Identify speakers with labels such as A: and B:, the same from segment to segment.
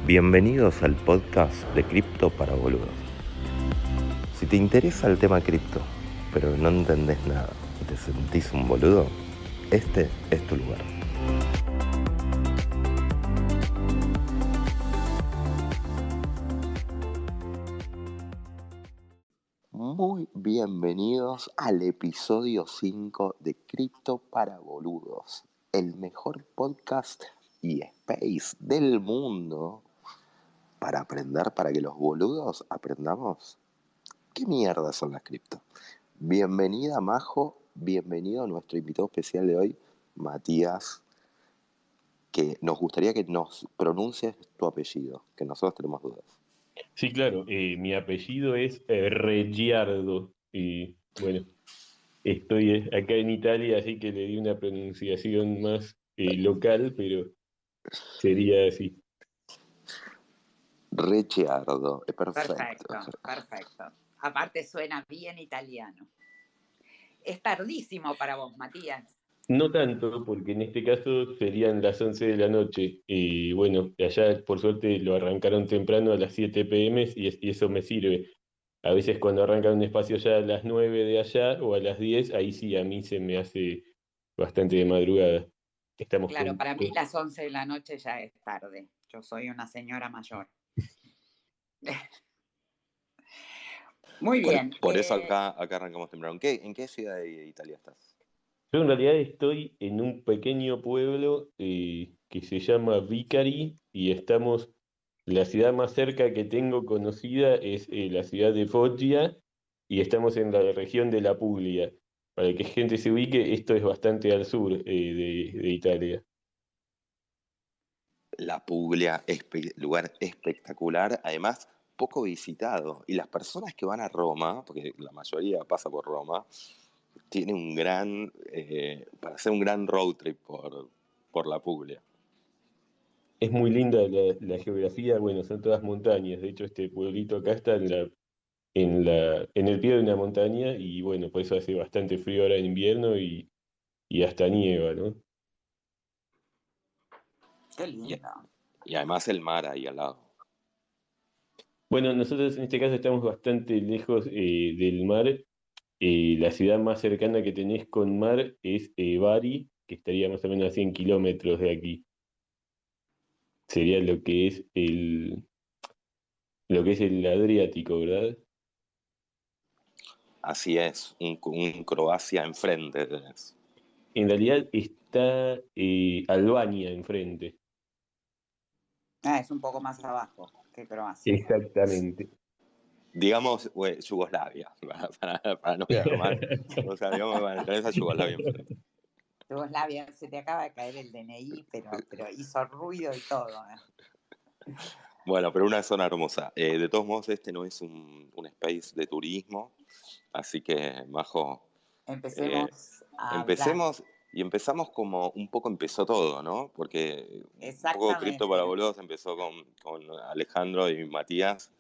A: Bienvenidos al podcast de Cripto para Boludos. Si te interesa el tema cripto, pero no entendés nada y te sentís un boludo, este es tu lugar. Muy bienvenidos al episodio 5 de Cripto para Boludos, el mejor podcast y space del mundo para aprender, para que los boludos aprendamos qué mierda son las cripto. Bienvenida Majo, bienvenido a nuestro invitado especial de hoy, Matías, que nos gustaría que nos pronuncies tu apellido, que nosotros tenemos dudas.
B: Sí, claro, mi apellido es Reggiardo y bueno, estoy acá en Italia, así que le di una pronunciación más local, pero sería así.
A: Recheardo, perfecto.
C: Perfecto. Aparte suena bien italiano. Es tardísimo para vos, Matías.
B: No tanto, porque en este caso serían las 11 de la noche y bueno, allá por suerte lo arrancaron temprano a las 7 p.m. y eso me sirve. A veces cuando arrancan un espacio ya a las 9 de allá o a las 10, ahí sí a mí se me hace bastante de madrugada. Estamos
C: Claro, para mí las 11 de la noche ya es tarde. Yo soy una señora mayor. Muy bien.
A: Por eso acá arrancamos temprano. ¿En qué ciudad de Italia estás?
B: Yo en realidad estoy en un pequeño pueblo que se llama Vicari y la ciudad más cerca que tengo conocida es la ciudad de Foggia y estamos en la región de la Puglia. Para que gente se ubique, esto es bastante al sur de Italia.
A: La Puglia, lugar espectacular, además poco visitado. Y las personas que van a Roma, porque la mayoría pasa por Roma, tiene para hacer un gran road trip por la Puglia.
B: Es muy linda la geografía, bueno, son todas montañas. De hecho, este pueblito acá está en el pie de una montaña y bueno, por eso hace bastante frío ahora en invierno y hasta nieva, ¿no?
C: Qué lindo.
A: Y además el mar ahí al lado.
B: Bueno, nosotros en este caso estamos bastante lejos del mar. La ciudad más cercana que tenés con mar es Bari, que estaría más o menos a 100 kilómetros de aquí. Sería lo que es el Adriático, ¿verdad?
A: Así es, un Croacia enfrente tenés.
B: En realidad está Albania enfrente.
C: Es un poco más abajo que Croacia.
B: Exactamente.
A: Digamos, Yugoslavia, para no quedar mal. O sea, digamos, bueno, tenés a Yugoslavia enfrente.
C: Yugoslavia, se te acaba de caer el DNI, pero hizo ruido y todo.
A: Bueno, pero una zona hermosa. De todos modos, este no es un space de turismo, así que, Majo, empecemos como un poco empezó todo, ¿no? Porque un poco Cripto para Boludos empezó con Alejandro y Matías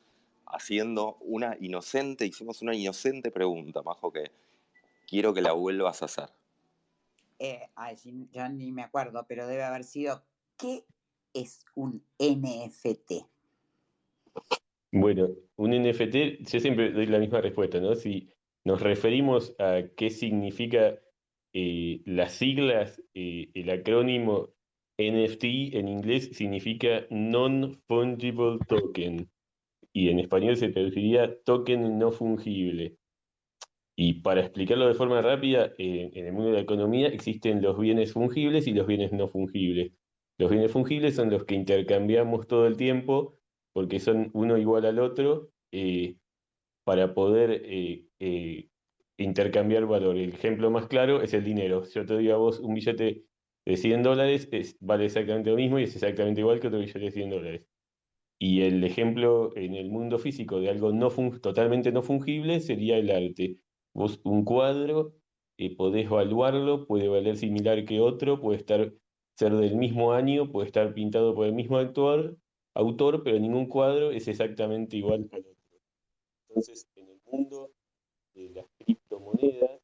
A: hicimos una inocente pregunta, Majo, que quiero que la vuelvas a hacer.
C: Ya ni me acuerdo, pero debe haber sido, ¿qué es un NFT?
B: Bueno, un NFT, yo siempre doy la misma respuesta, ¿no? Si nos referimos a qué significa las siglas, el acrónimo NFT en inglés significa Non-Fungible Token y en español se traduciría token no fungible. Y para explicarlo de forma rápida, en el mundo de la economía existen los bienes fungibles y los bienes no fungibles. Los bienes fungibles son los que intercambiamos todo el tiempo porque son uno igual al otro para poder intercambiar valor. El ejemplo más claro es el dinero. Yo te doy a vos un billete de $100, vale exactamente lo mismo y es exactamente igual que otro billete de $100. Y el ejemplo en el mundo físico de algo totalmente no fungible sería el arte. Vos un cuadro podés evaluarlo, puede valer similar que otro, ser del mismo año, puede estar pintado por el mismo autor, pero ningún cuadro es exactamente igual al otro. Entonces, en el mundo de las criptomonedas,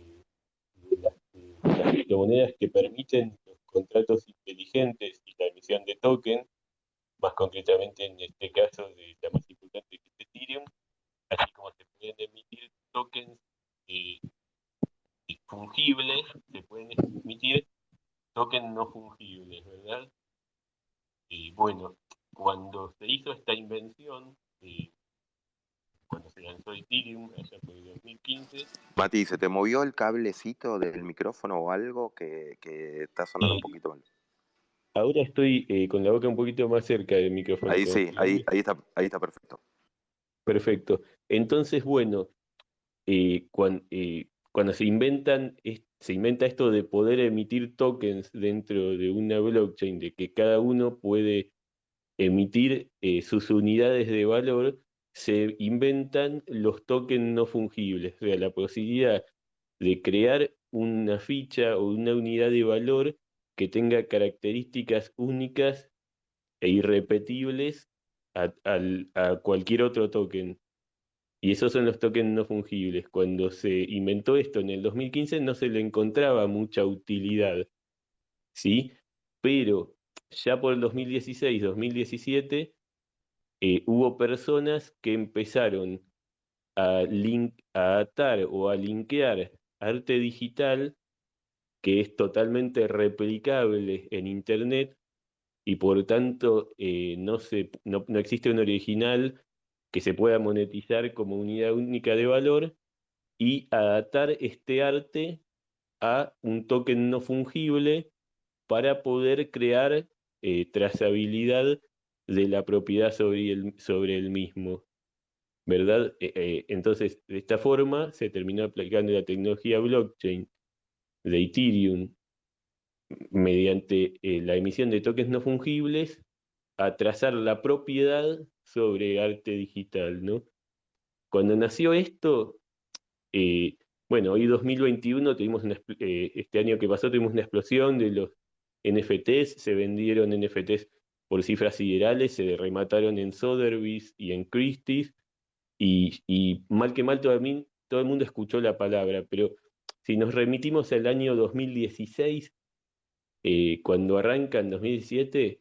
B: de las criptomonedas que permiten los contratos inteligentes y la emisión de token, más concretamente en este caso de la más importante que es Ethereum, así como se pueden emitir tokens eh, fungibles, se pueden emitir tokens no fungibles, ¿verdad? Bueno, cuando se hizo esta invención, cuando se lanzó Ethereum, allá por el 2015,
A: Mati, ¿se te movió el cablecito del micrófono o algo que está sonando un
B: eh,
A: poquito mal?
B: ahora estoy con la boca un poquito más cerca del micrófono.
A: Ahí sí,
B: ¿Considerable?
A: ahí está perfecto.
B: Perfecto. Entonces, bueno, cuando se inventa esto de poder emitir tokens dentro de una blockchain, de que cada uno puede emitir sus unidades de valor, se inventan los tokens no fungibles, o sea, la posibilidad de crear una ficha o una unidad de valor que tenga características únicas e irrepetibles a cualquier otro token. Y esos son los tokens no fungibles. Cuando se inventó esto en el 2015 no se le encontraba mucha utilidad, ¿sí? Pero ya por el 2016, 2017, hubo personas que empezaron a atar o a linkear arte digital que es totalmente replicable en Internet y por tanto no existe un original que se pueda monetizar como unidad única de valor y adaptar este arte a un token no fungible para poder crear trazabilidad de la propiedad sobre el mismo, ¿verdad? Entonces, de esta forma se terminó aplicando la tecnología blockchain de Ethereum mediante la emisión de tokens no fungibles a trazar la propiedad sobre arte digital, ¿no? Cuando nació esto, Eh, bueno, hoy 2021 este año que pasó tuvimos una explosión de los NFTs, se vendieron NFTs por cifras siderales, se remataron en Sotheby's y en Christie's, y mal que mal todo el mundo escuchó la palabra, pero si nos remitimos al año 2016, cuando arranca en 2017,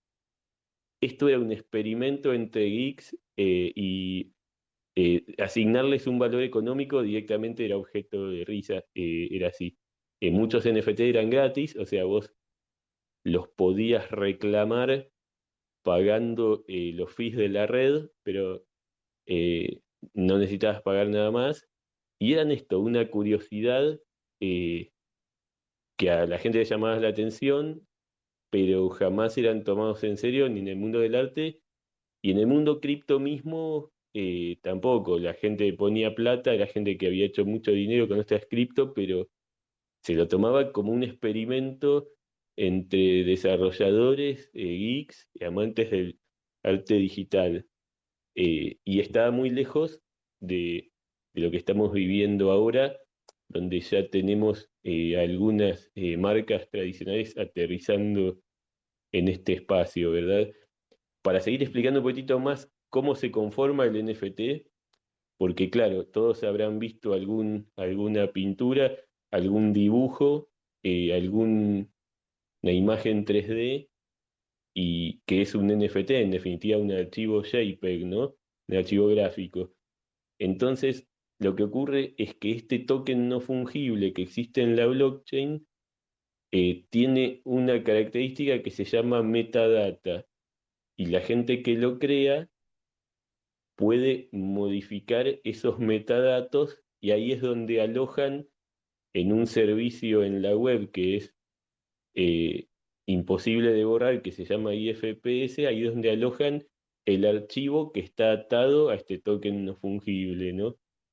B: esto era un experimento entre geeks y asignarles un valor económico directamente era objeto de risa, era así. Muchos NFT eran gratis, o sea, vos los podías reclamar pagando los fees de la red, pero eh, no necesitabas pagar nada más. Y eran esto, una curiosidad eh, que a la gente le llamaba la atención, pero jamás eran tomados en serio ni en el mundo del arte. Y en el mundo cripto mismo, tampoco. La gente ponía plata, era gente que había hecho mucho dinero con estas cripto, pero se lo tomaba como un experimento entre desarrolladores, geeks y amantes del arte digital. Y estaba muy lejos de lo que estamos viviendo ahora, donde ya tenemos algunas marcas tradicionales aterrizando en este espacio, ¿verdad? Para seguir explicando un poquitito más cómo se conforma el NFT, porque claro, todos habrán visto alguna pintura, algún dibujo, alguna imagen 3D, y que es un NFT, en definitiva un archivo JPEG, ¿no? Un archivo gráfico. Entonces, lo que ocurre es que este token no fungible que existe en la blockchain tiene una característica que se llama metadata, y la gente que lo crea puede modificar esos metadatos y ahí es donde alojan en un servicio en la web que es eh, imposible de borrar, que se llama IFPS, ahí es donde alojan el archivo que está atado a este token no fungible, ¿no?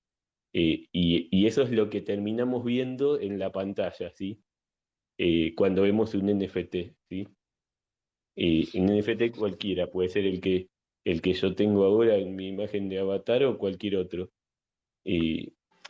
B: Y eso es lo que terminamos viendo en la pantalla, ¿sí? Cuando vemos un NFT, ¿sí? Un NFT cualquiera, puede ser el que yo tengo ahora en mi imagen de avatar o cualquier otro. Eh,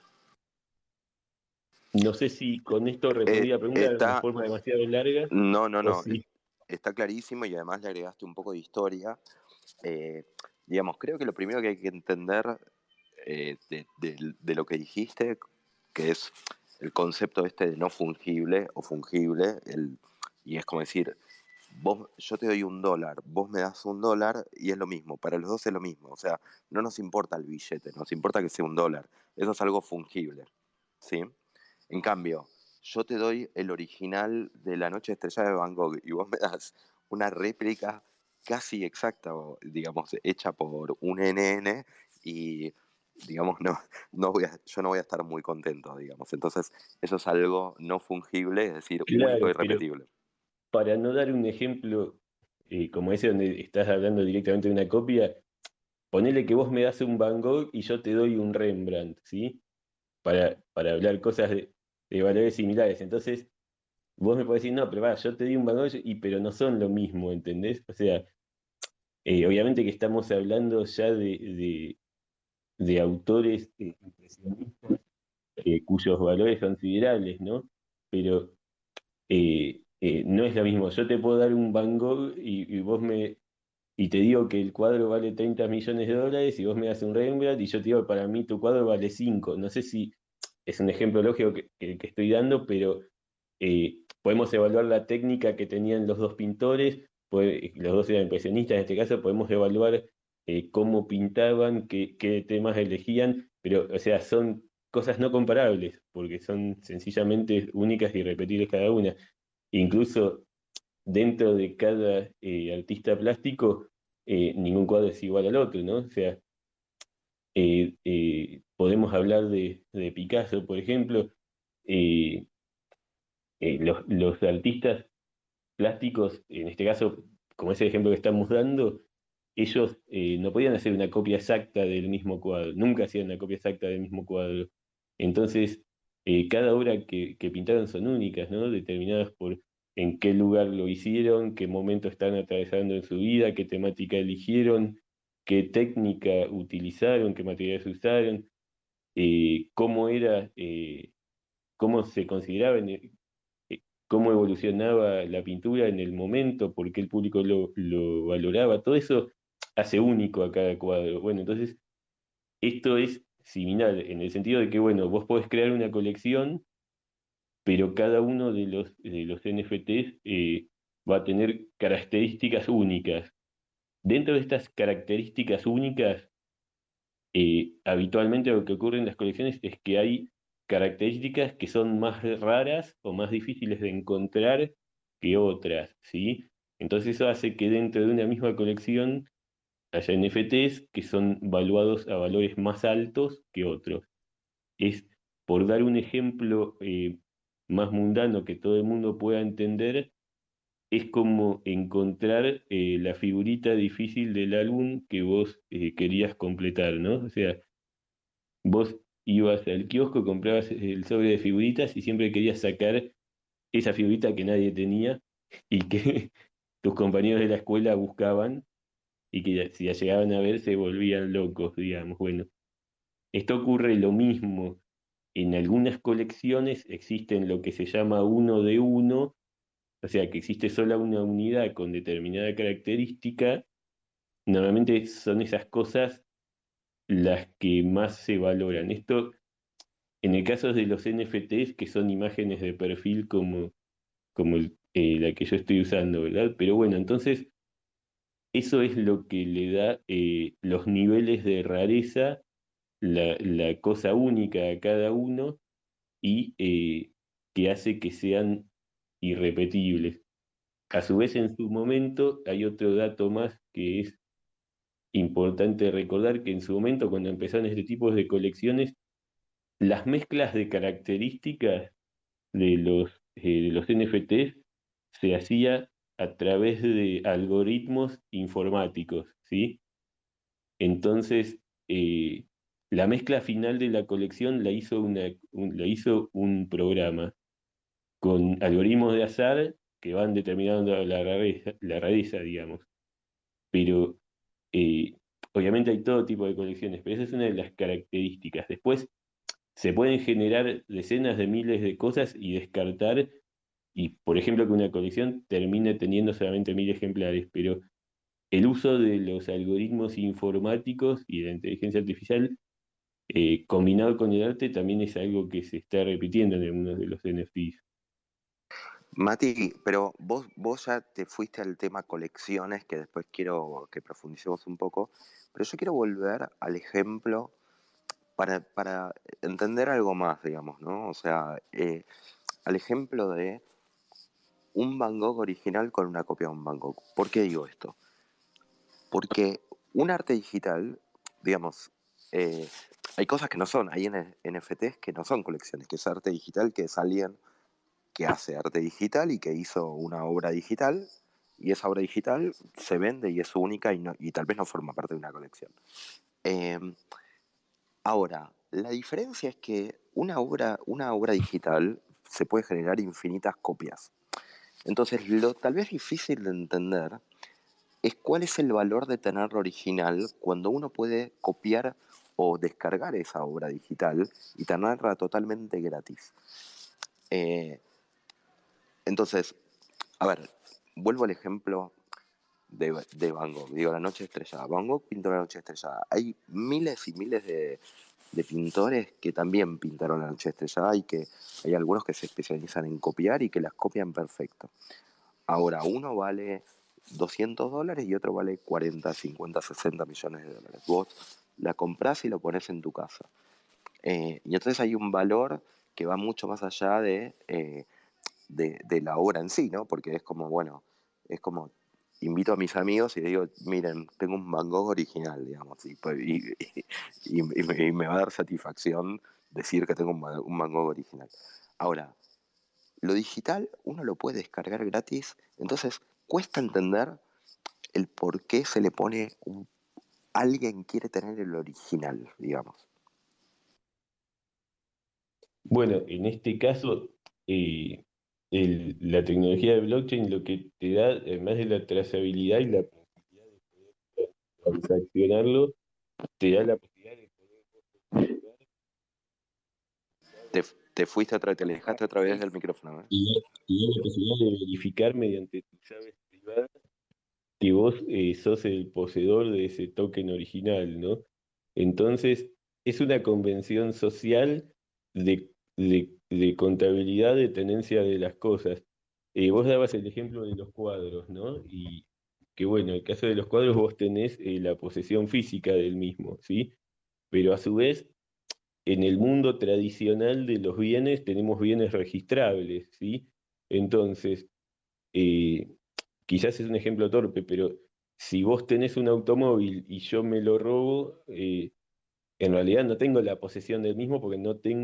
B: no sé si con esto respondí la pregunta de una
A: Está,
B: forma demasiado larga o
A: no,
B: sí.
A: está clarísimo y además le agregaste un poco de historia. Eh, digamos, creo que lo primero que hay que entender de lo que dijiste, que es el concepto este de no fungible o fungible, y es como decir, yo te doy $1, vos me das $1 y es lo mismo, para los dos es lo mismo, o sea, no nos importa el billete, nos importa que sea $1, eso es algo fungible, ¿sí? En cambio, yo te doy el original de La Noche Estrellada de Van Gogh y vos me das una réplica casi exacta, digamos, hecha por un NN y, digamos, yo no voy a estar muy contento, digamos. Entonces, eso es algo no fungible, es decir, único y
B: Claro, pero
A: repetible.
B: para no dar un ejemplo como ese donde estás hablando directamente de una copia, ponele que vos me das un Van Gogh y yo te doy un Rembrandt, ¿sí? Para hablar cosas de valores similares. Entonces, vos me podés decir, no, pero va, yo te di un Van Gogh, pero no son lo mismo, ¿entendés? O sea, obviamente que estamos hablando ya de autores impresionistas cuyos valores son considerables, ¿no? Pero no es lo mismo. Yo te puedo dar un Van Gogh y te digo que el cuadro vale 30 millones de dólares y vos me das un Rembrandt y yo te digo que para mí tu cuadro vale 5. No sé si es un ejemplo lógico que estoy dando, pero podemos evaluar la técnica que tenían los dos pintores, los dos eran impresionistas en este caso, podemos evaluar cómo pintaban, qué temas elegían, pero o sea, son cosas no comparables, porque son sencillamente únicas y repetibles cada una. Incluso dentro de cada artista plástico, ningún cuadro es igual al otro, ¿no? O sea, podemos hablar de Picasso, por ejemplo, eh, los artistas plásticos, en este caso, como ese ejemplo que estamos dando, ellos no podían hacer una copia exacta del mismo cuadro, nunca hacían una copia exacta del mismo cuadro. Entonces, cada obra que pintaron son únicas, ¿no? Determinadas por en qué lugar lo hicieron, qué momento están atravesando en su vida, qué temática eligieron, qué técnica utilizaron, qué materiales usaron, cómo era, cómo se consideraba cómo evolucionaba la pintura en el momento, por qué el público lo valoraba, todo eso hace único a cada cuadro. Bueno, entonces esto es similar en el sentido de que, bueno, vos podés crear una colección, pero cada uno de los NFTs va a tener características únicas. Dentro de estas características únicas, habitualmente lo que ocurre en las colecciones es que hay características que son más raras o más difíciles de encontrar que otras, ¿sí? Entonces eso hace que dentro de una misma colección haya NFTs que son valuados a valores más altos que otros. Es, por dar un ejemplo más mundano que todo el mundo pueda entender, es como encontrar la figurita difícil del álbum que vos querías completar, ¿no? O sea, vos ibas al kiosco, comprabas el sobre de figuritas y siempre querías sacar esa figurita que nadie tenía y que tus compañeros de la escuela buscaban y que si la llegaban a ver se volvían locos, digamos. Bueno, esto ocurre lo mismo. En algunas colecciones existen lo que se llama uno de uno, o sea que existe sola una unidad con determinada característica. Normalmente son esas cosas las que más se valoran. Esto en el caso de los NFTs, que son imágenes de perfil como la que yo estoy usando, ¿verdad? Pero bueno, entonces eso es lo que le da los niveles de rareza, la cosa única a cada uno y que hace que sean irrepetibles. A su vez, en su momento, hay otro dato más que es importante recordar, que en su momento, cuando empezaron este tipo de colecciones, las mezclas de características de los NFTs se hacía a través de algoritmos informáticos, ¿sí? Entonces, eh, la mezcla final de la colección la hizo un programa con algoritmos de azar que van determinando la rareza, digamos. Pero eh, obviamente hay todo tipo de colecciones, pero esa es una de las características. Después se pueden generar decenas de miles de cosas y descartar, y por ejemplo que una colección termine teniendo solamente 1.000 ejemplares, pero el uso de los algoritmos informáticos y de la inteligencia artificial combinado con el arte también es algo que se está repitiendo en algunos de los NFTs.
A: Mati, pero vos ya te fuiste al tema colecciones, que después quiero que profundicemos un poco, pero yo quiero volver al ejemplo para entender algo más, digamos, ¿no? O sea, al ejemplo de un Van Gogh original con una copia de un Van Gogh. ¿Por qué digo esto? Porque un arte digital, digamos, eh, hay cosas que no son, hay NFTs que no son colecciones, que es arte digital, que es alguien que hace arte digital y que hizo una obra digital, y esa obra digital se vende y es única y tal vez no forma parte de una colección. Eh, Ahora, la diferencia es que una obra digital se puede generar infinitas copias. Entonces, lo tal vez difícil de entender es cuál es el valor de tenerlo original cuando uno puede copiar o descargar esa obra digital y tenerla totalmente gratis. Eh, entonces, a ver, vuelvo al ejemplo de Van Gogh. Digo, La Noche Estrellada. Van Gogh pintó La Noche Estrellada. Hay miles y miles de pintores que también pintaron La Noche Estrellada y que hay algunos que se especializan en copiar y que las copian perfecto. Ahora, uno vale $200 y otro vale 40, 50, 60 millones de dólares. Vos la comprás y lo pones en tu casa. Y entonces hay un valor que va mucho más allá de la obra en sí, ¿no? Porque es como, bueno, es como invito a mis amigos y les digo, miren, tengo un Van Gogh original, digamos, y me va a dar satisfacción decir que tengo un Van Gogh original. Ahora, lo digital uno lo puede descargar gratis, entonces cuesta entender el por qué se le pone alguien quiere tener el original, digamos.
B: Bueno, en este caso, eh, la tecnología de blockchain lo que te da, además de la trazabilidad y la posibilidad de poder transaccionarlo, te da la posibilidad de poder
A: Te, te fuiste otra vez, te alejaste otra vez
C: Sí,
A: del micrófono, ¿eh?
B: y da la posibilidad de verificar mediante tus llaves privadas que vos sos el poseedor de ese token original, ¿no? Entonces, es una convención social de contabilidad de tenencia de las cosas. Vos dabas el ejemplo de los cuadros, ¿no? Y que bueno, en el caso de los cuadros vos tenés la posesión física del mismo, ¿sí? Pero a su vez, en el mundo tradicional de los bienes tenemos bienes registrables, ¿sí? Entonces, eh, quizás es un ejemplo torpe, pero si vos tenés un automóvil y yo me lo robo, en realidad no tengo la posesión del mismo porque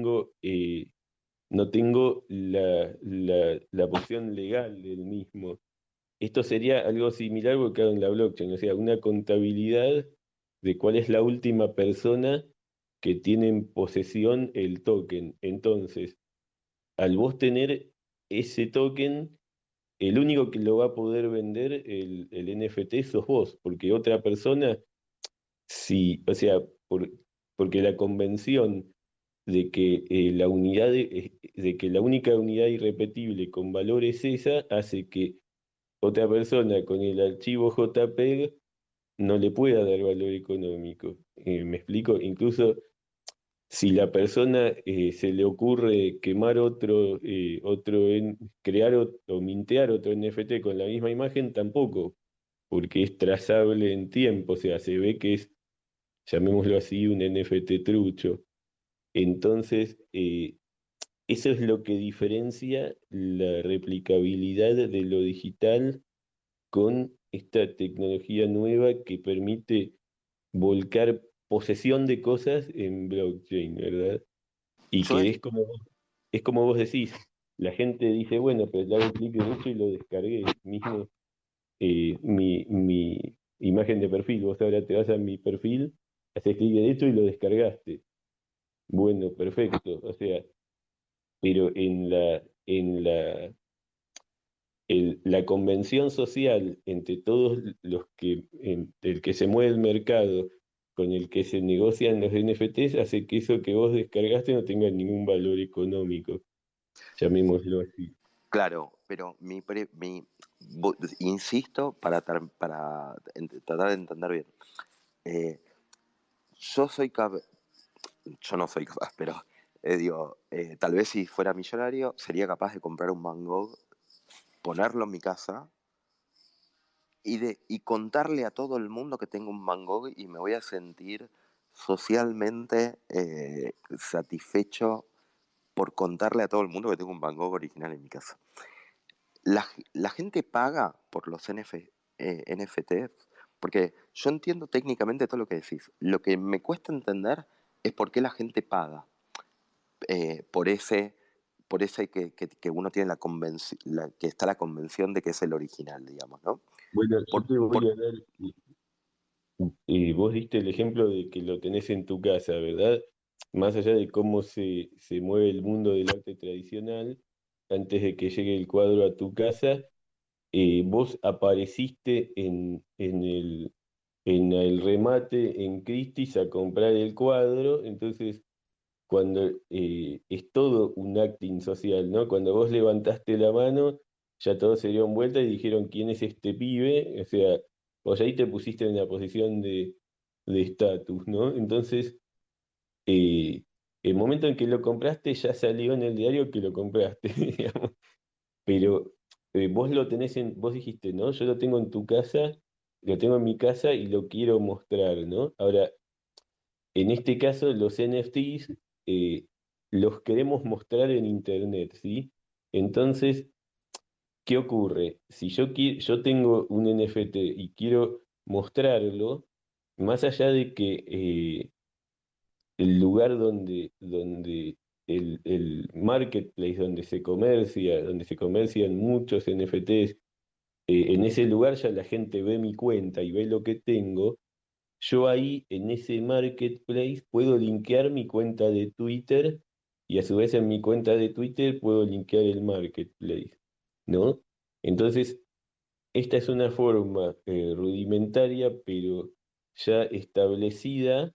B: no tengo la posesión legal del mismo. Esto sería algo similar a lo que hago en la blockchain, o sea, una contabilidad de cuál es la última persona que tiene en posesión el token. Entonces, al vos tener ese token, el único que lo va a poder vender el NFT sos vos, porque otra persona, sí, o sea, porque la convención de que de que la única unidad irrepetible con valor es esa, hace que otra persona con el archivo JPEG no le pueda dar valor económico. ¿Me explico? Incluso si la persona se le ocurre quemar crear o mintear otro NFT con la misma imagen, tampoco, porque es trazable en tiempo, o sea, se ve que es, llamémoslo así, un NFT trucho. Entonces, eso es lo que diferencia la replicabilidad de lo digital con esta tecnología nueva que permite volcar posesión de cosas en blockchain, ¿verdad? Y
A: Yo
B: que
A: es,
B: es como vos decís, la gente dice, bueno, pero le hago clic derecho y lo descargué, mismo mi imagen de perfil, vos ahora te vas a mi perfil, haces clic derecho y lo descargaste. Bueno, perfecto, o sea, pero la convención social entre todos los entre el que se mueve el mercado con el que se negocian los NFTs hace que eso que vos descargaste no tenga ningún valor económico, llamémoslo así.
A: claro, pero insisto tratar de entender bien. Eh, yo soy capaz, yo no soy capaz, pero digo, tal vez si fuera millonario sería capaz de comprar un Van Gogh ponerlo en mi casa y contarle a todo el mundo que tengo un Van Gogh y me voy a sentir socialmente satisfecho por contarle a todo el mundo que tengo un Van Gogh original en mi casa. La gente paga por los NFTs, porque yo entiendo técnicamente todo lo que decís. Lo que me cuesta entender es por qué la gente paga por ese que uno tiene que está la convención de que es el original, digamos, ¿no?
B: Bueno, yo
A: Por,
B: te voy
A: por,
B: a dar, vos diste el ejemplo de que lo tenés en tu casa, ¿verdad? Más allá de cómo se mueve el mundo del arte tradicional, antes de que llegue el cuadro a tu casa, vos apareciste en el remate en Christie's a comprar el cuadro, entonces cuando es todo un acting social, ¿no? Cuando vos levantaste la mano, ya todos se dieron vuelta y dijeron, ¿quién es este pibe? O sea, vos ahí te pusiste en una posición de estatus, ¿no? Entonces, eh, el momento en que lo compraste ya salió en el diario que lo compraste, digamos. Pero vos lo tenés vos dijiste, ¿no? Yo lo tengo en tu casa, lo tengo en mi casa y lo quiero mostrar, ¿no? Ahora, en este caso, los NFTs los queremos mostrar en Internet, ¿sí? Entonces, ¿qué ocurre? Si yo tengo un NFT y quiero mostrarlo, más allá de que el lugar donde el marketplace, donde se comercian muchos NFTs, en ese lugar ya la gente ve mi cuenta y ve lo que tengo. Yo ahí en ese marketplace puedo linkear mi cuenta de Twitter y a su vez en mi cuenta de Twitter puedo linkear el marketplace, ¿no? Entonces, esta es una forma rudimentaria, pero ya establecida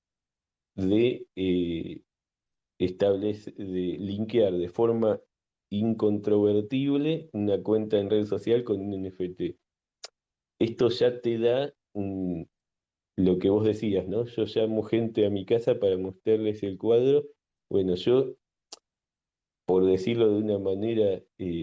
B: de linkear de forma incontrovertible una cuenta en red social con un NFT. Esto ya te da lo que vos decías, ¿no? Yo llamo gente a mi casa para mostrarles el cuadro. Bueno, yo, por decirlo de una manera,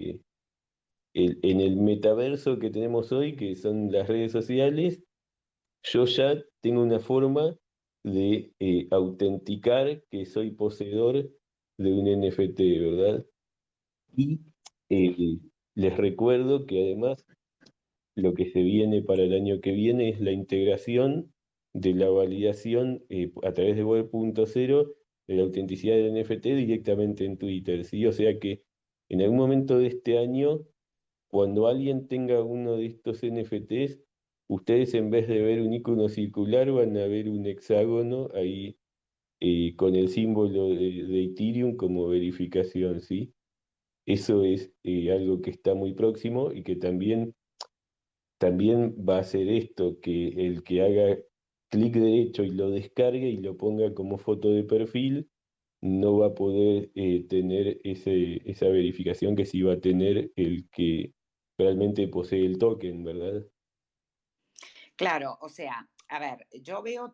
B: en el metaverso que tenemos hoy, que son las redes sociales, yo ya tengo una forma de autenticar que soy poseedor de un NFT, ¿verdad? Y eh, les recuerdo que además lo que se viene para el año que viene es la integración de la validación a través de Web.0 de la autenticidad del NFT directamente en Twitter, ¿sí? O sea que en algún momento de este año, cuando alguien tenga uno de estos NFTs, ustedes en vez de ver un icono circular van a ver un hexágono ahí con el símbolo de Ethereum como verificación, ¿sí? Eso es algo que está muy próximo y que también va a ser esto, que el que haga clic derecho y lo descargue y lo ponga como foto de perfil, no va a poder tener esa verificación que sí va a tener el que realmente posee el token, ¿verdad?
C: Claro, o sea, a ver, yo veo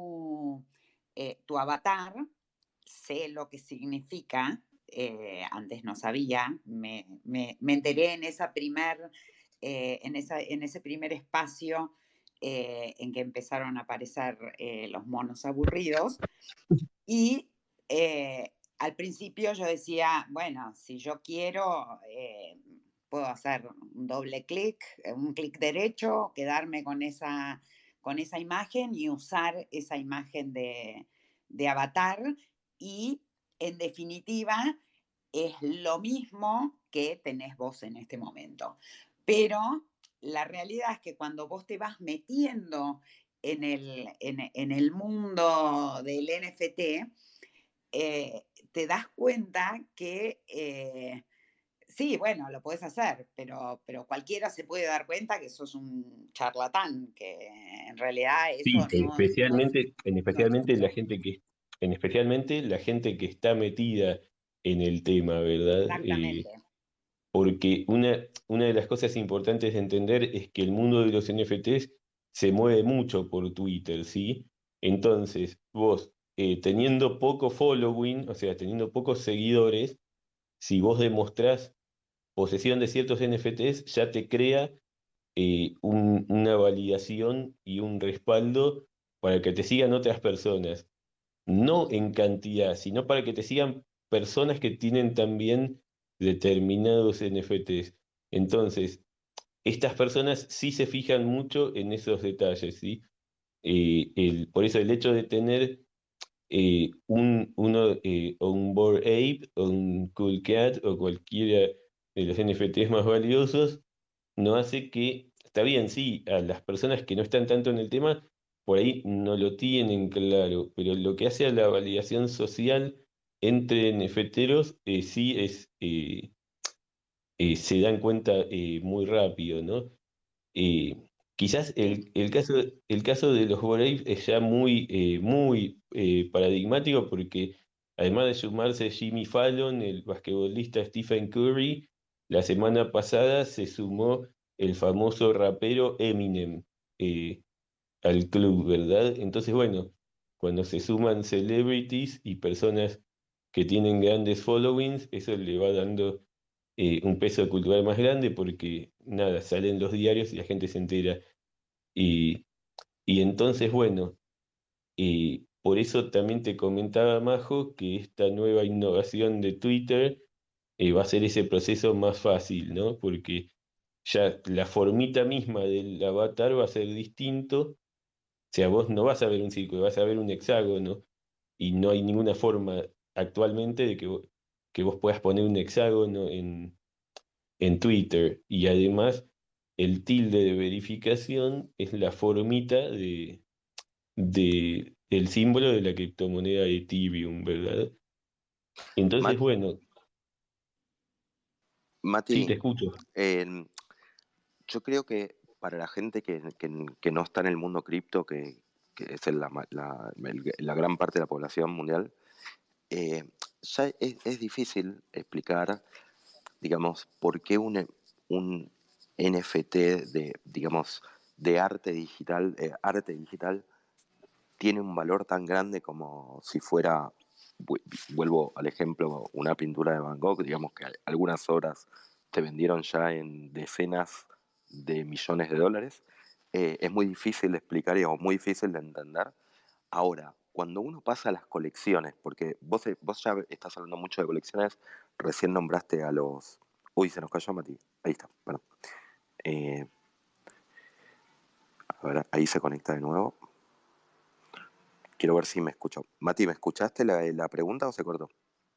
C: tu avatar, sé lo que significa, antes no sabía, me enteré en en ese primer espacio en que empezaron a aparecer los monos aburridos y al principio yo decía, bueno, si yo quiero, puedo hacer un doble clic, un clic derecho, quedarme con esa imagen y usar esa imagen de avatar. Y en definitiva es lo mismo que tenés vos en este momento. Pero la realidad es que cuando vos te vas metiendo en el mundo del NFT, te das cuenta que sí, bueno, lo puedes hacer, pero cualquiera se puede dar cuenta que sos un charlatán, que en realidad eso
B: Sí,
C: no
B: especialmente
C: existe.
B: especialmente la gente que está metida en el tema, ¿verdad?
C: Exactamente.
B: Porque una de las cosas importantes de entender es que el mundo de los NFTs se mueve mucho por Twitter, ¿sí? Entonces, vos, teniendo poco following, o sea, teniendo pocos seguidores, si vos demostrás posesión de ciertos NFTs ya te crea una validación y un respaldo para que te sigan otras personas, no en cantidad, sino para que te sigan personas que tienen también determinados NFTs. Entonces, estas personas sí se fijan mucho en esos detalles, ¿sí? Por eso el hecho de tener o un Bored Ape o un Cool Cat o cualquiera de los NFTs más valiosos no hace que, está bien, sí, a las personas que no están tanto en el tema, por ahí no lo tienen claro, pero lo que hace a la validación social entre NFTeros sí se dan cuenta muy rápido, ¿no? Eh, Quizás
C: Sí.
B: el caso de los Braves es ya muy paradigmático porque además de sumarse Jimmy Fallon, el basquetbolista Stephen Curry, la semana pasada se sumó el famoso rapero Eminem eh, al club, ¿verdad? Entonces, bueno, cuando se suman celebrities y personas que tienen grandes followings, eso le va dando un peso cultural más grande porque, nada, salen los diarios y la gente se entera. Y, y entonces, bueno, por eso también te comentaba, Majo, que esta nueva innovación de Twitter va a hacer ese proceso más fácil, ¿no? Porque ya la formita misma del avatar va a ser distinto. O sea, vos no vas a ver un círculo, vas a ver un hexágono y no hay ninguna forma actualmente de que vos puedas poner un hexágono en Twitter. Y además, el tilde de verificación es la formita el símbolo de la criptomoneda de Ethereum, ¿verdad? Entonces,
A: Ma-
B: bueno, sí, te
A: Mati,
B: escucho.
A: en- yo creo que para la gente que no está en el mundo cripto, que es la gran parte de la población mundial, eh, ya es difícil explicar, digamos, por qué un NFT digamos, de arte digital tiene un valor tan grande como si fuera, vuelvo al ejemplo, una pintura de Van Gogh, digamos que algunas obras te vendieron ya en decenas de millones de dólares. Es muy difícil de explicar y es muy difícil de entender. Ahora, cuando uno pasa a las colecciones, porque vos ya estás hablando mucho de colecciones, recién nombraste a los... Uy, se nos cayó Mati. Ahí está, perdón. Eh, a ver, ahí se conecta de nuevo. Quiero ver si me escucho. Mati, ¿me escuchaste la pregunta o se cortó?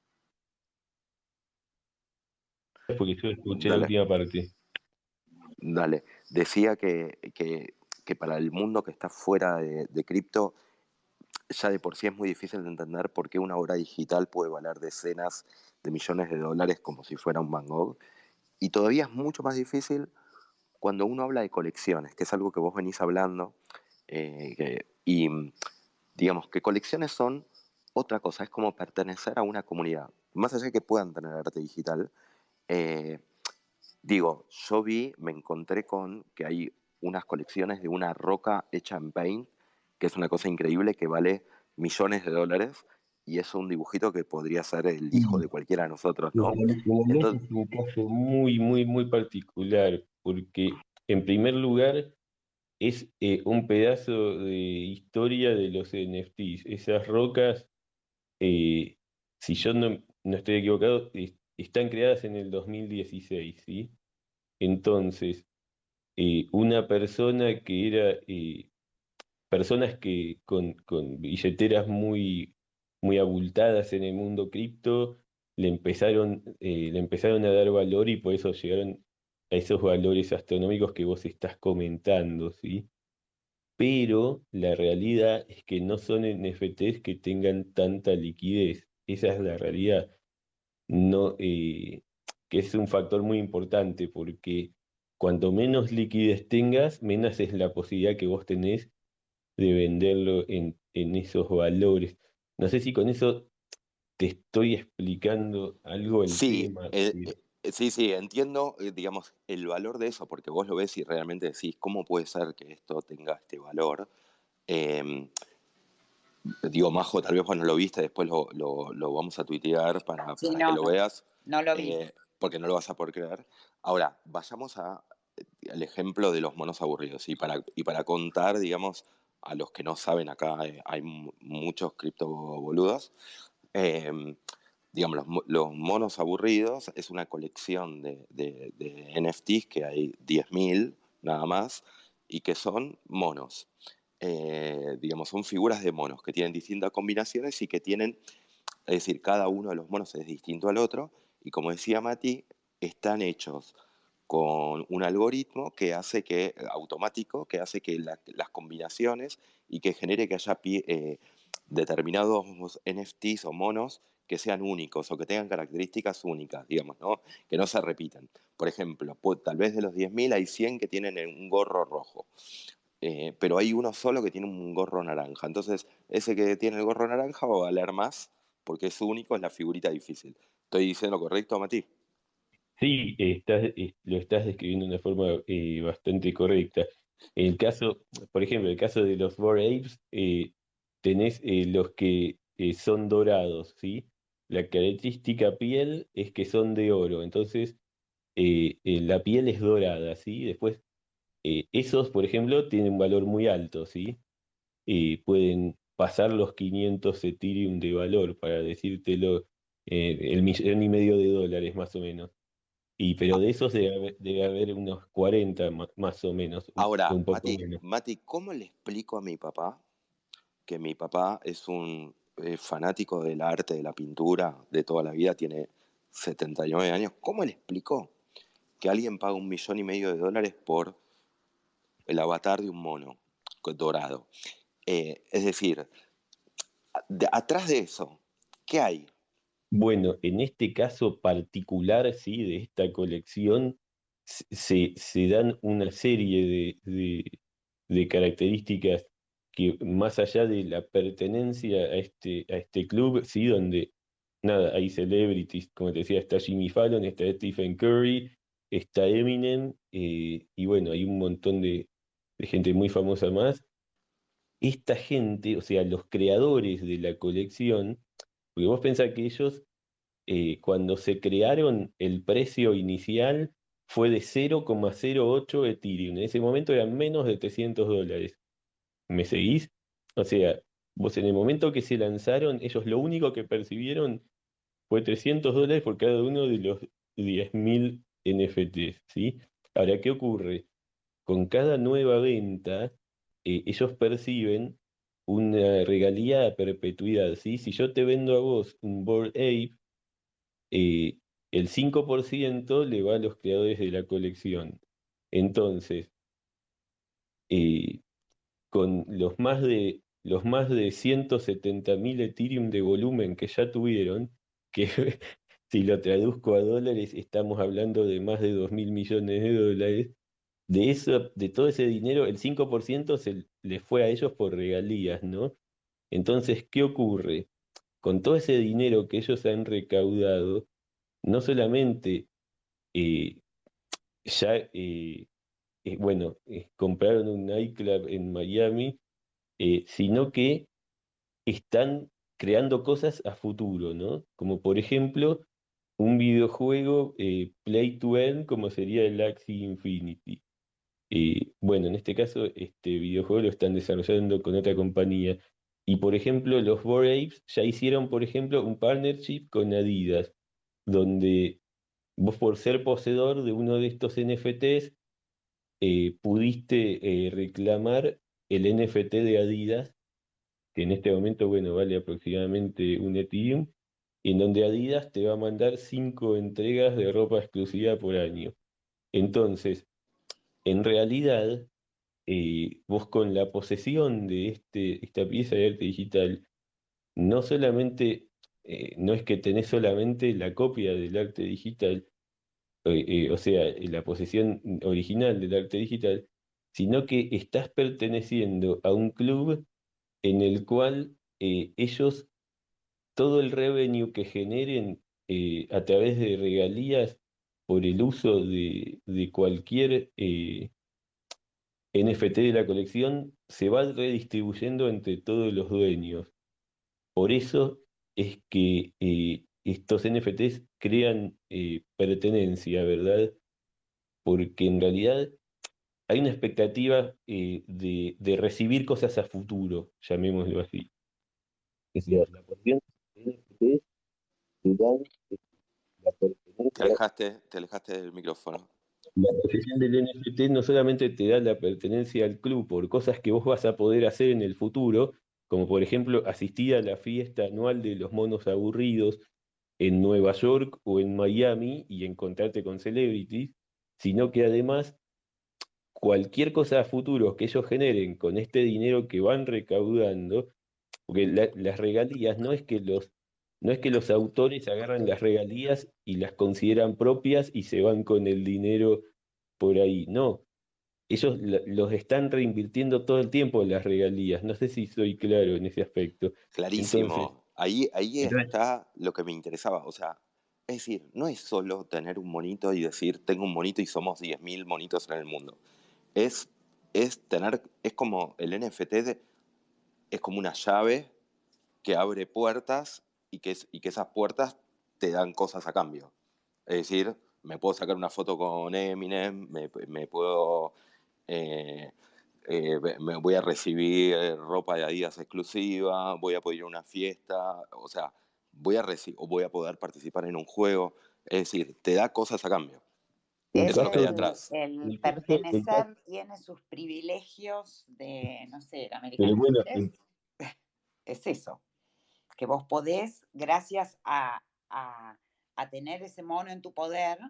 B: Porque yo escuché la
A: Dale,
B: última parte.
A: dale. Decía que para el mundo que está fuera de cripto, ya de por sí es muy difícil de entender por qué una obra digital puede valer decenas de millones de dólares como si fuera un Van Gogh. Y todavía es mucho más difícil cuando uno habla de colecciones, que es algo que vos venís hablando, y digamos que colecciones son otra cosa, es como pertenecer a una comunidad. Más allá de que puedan tener arte digital, eh, digo, me encontré con que hay unas colecciones de una roca hecha en Paint, que es una cosa increíble que vale millones de dólares, y es un dibujito que podría ser el hijo de cualquiera de nosotros,
B: La
A: ¿no?
B: realidad
A: Entonces,
B: es un caso muy particular, porque en primer lugar es un pedazo de historia de los NFTs. Esas rocas, eh, si yo no estoy equivocado, están creadas en el 2016, ¿sí? Entonces, una persona que era, personas que con billeteras muy abultadas en el mundo cripto le empezaron a dar valor y por eso llegaron a esos valores astronómicos que vos estás comentando, ¿sí? Pero la realidad es que no son NFTs que tengan tanta liquidez. Esa es la realidad. No, que es un factor muy importante porque cuanto menos liquidez tengas, menos es la posibilidad que vos tenés de venderlo en esos valores. No sé si con eso te estoy explicando algo el
A: sí,
B: tema.
A: sí, sí, entiendo, digamos, el valor de eso, porque vos lo ves y realmente decís, ¿cómo puede ser que esto tenga este valor? Eh, Digo, Majo, tal vez vos no lo viste, después lo vamos a tuitear
C: Sí,
A: para que
C: no,
A: lo
C: no,
A: veas.
C: no lo vi.
A: Eh, porque no lo vas a poder creer. Ahora, vayamos al ejemplo de los monos aburridos. Y para contar, digamos, a los que no saben acá, hay muchos criptoboludos. Eh, digamos, los monos aburridos es una colección de NFTs que hay 10.000 nada más y que son monos. Digamos, son figuras de monos que tienen distintas combinaciones y que tienen, es decir, cada uno de los monos es distinto al otro y como decía Mati, están hechos con un algoritmo que hace que, automático, que hace que las combinaciones y que genere que haya determinados NFTs o monos que sean únicos o que tengan características únicas, digamos, ¿no? Que no se repitan. Por ejemplo, tal vez de los 10.000 hay 100 que tienen un gorro rojo, pero hay uno solo que tiene un gorro naranja. Entonces, ese que tiene el gorro naranja va a valer más porque es único, es la figurita difícil. ¿Estoy diciendo lo correcto, Mati?
B: Sí, lo estás describiendo de una forma bastante correcta. El caso, por ejemplo, el caso de los Bored Apes, tenés los que son dorados, ¿sí? La característica piel es que son de oro, entonces la piel es dorada, ¿sí? Después, esos, por ejemplo, tienen un valor muy alto, ¿sí? Pueden pasar los 500 Ethereum de valor, para decírtelo, el 1,5 millones de dólares más o menos. Pero
A: A-
B: de esos debe haber unos 40 más o menos,
A: Ahora,
B: un poco menos.
A: Mati, ¿cómo le explico a mi papá que mi papá es un fanático del arte, de la pintura, de toda la vida, tiene 79 años? ¿Cómo le explico que alguien paga 1,5 millones de dólares por el avatar de un mono dorado? Es decir, atrás de eso, ¿qué hay?
B: Bueno, en este caso particular, sí, de esta colección, se dan una serie de características que, más allá de la pertenencia a este club, sí, donde, nada, hay celebrities, como te decía, está Jimmy Fallon, está Stephen Curry, está Eminem, y bueno, hay un montón de gente muy famosa más. Esta gente, o sea, los creadores de la colección, porque vos pensás que ellos, cuando se crearon, el precio inicial fue de 0,08 Ethereum. En ese momento eran menos de $300. ¿Me seguís? O sea, vos, en el momento que se lanzaron, ellos lo único que percibieron fue $300 por cada uno de los 10.000 NFTs, ¿sí? Ahora, ¿qué ocurre? Con cada nueva venta, ellos perciben una regalía a perpetuidad, ¿sí? Si yo te vendo a vos un Bored Ape, eh, el 5% le va a los creadores de la colección. Entonces, eh, con los más de 170.000 Ethereum de volumen que ya tuvieron, que si lo traduzco a dólares, estamos hablando de más de 2.000 millones de dólares. De todo ese dinero, el 5% se les fue a ellos por regalías, ¿no? Entonces, ¿qué ocurre? Con todo ese dinero que ellos han recaudado, no solamente eh, ya, bueno, compraron un nightclub en Miami, sino que están creando cosas a futuro, ¿no? Como por ejemplo un videojuego, Play to Earn, como sería el Axie Infinity. Bueno, en este caso, este videojuego lo están desarrollando con otra compañía. Y por ejemplo, los Bored Apes ya hicieron, por ejemplo, un partnership con Adidas, donde vos, por ser poseedor de uno de estos NFTs, pudiste reclamar el NFT de Adidas, que en este momento, bueno, vale aproximadamente un Ethereum, en donde Adidas te va a mandar 5 entregas de ropa exclusiva por año. Entonces, en realidad, vos, con la posesión de esta pieza de arte digital, no solamente, no es que tenés solamente la copia del arte digital, o sea, la posesión original del arte digital, sino que estás perteneciendo a un club en el cual, ellos, todo el revenue que generen, a través de regalías por el uso de cualquier NFT de la colección, se va redistribuyendo entre todos los dueños. Por eso es que estos NFTs crean pertenencia, ¿verdad? Porque en realidad hay una expectativa de recibir cosas a futuro, llamémoslo así. Es decir, la cuestión de NFTs te dan la pertenencia.
A: Te alejaste del micrófono.
B: La posesión del NFT no solamente te da la pertenencia al club por cosas que vos vas a poder hacer en el futuro, como por ejemplo asistir a la fiesta anual de los monos aburridos en Nueva York o en Miami y encontrarte con celebrities, sino que además cualquier cosa a futuro que ellos generen con este dinero que van recaudando, porque las regalías no es que los autores agarran las regalías y las consideran propias y se van con el dinero por ahí, no. Ellos los están reinvirtiendo todo el tiempo las regalías. No sé si soy claro en ese aspecto. Entonces,
A: Clarísimo. Ahí
B: entonces,
A: está lo que me interesaba. O sea, es decir, no es solo tener un monito y decir, tengo un monito y somos 10.000 monitos en el mundo. Es, es como el NFT, es como una llave que abre puertas y que esas puertas te dan cosas a cambio. Es decir, me puedo sacar una foto con Eminem, me puedo... eh, me voy a recibir ropa de Adidas exclusiva, voy a poder ir a una fiesta, o sea, o voy a poder participar en un juego. Es decir, te da cosas a cambio.
B: en
C: Es
A: Eso es lo que
B: caso
A: hay
B: de,
A: atrás.
C: el
B: el caso,
C: pertenecer tiene sus privilegios de, no sé, el
B: pero
C: americano
B: bueno,
C: express. Es eso, que vos podés, gracias a tener ese mono en tu poder,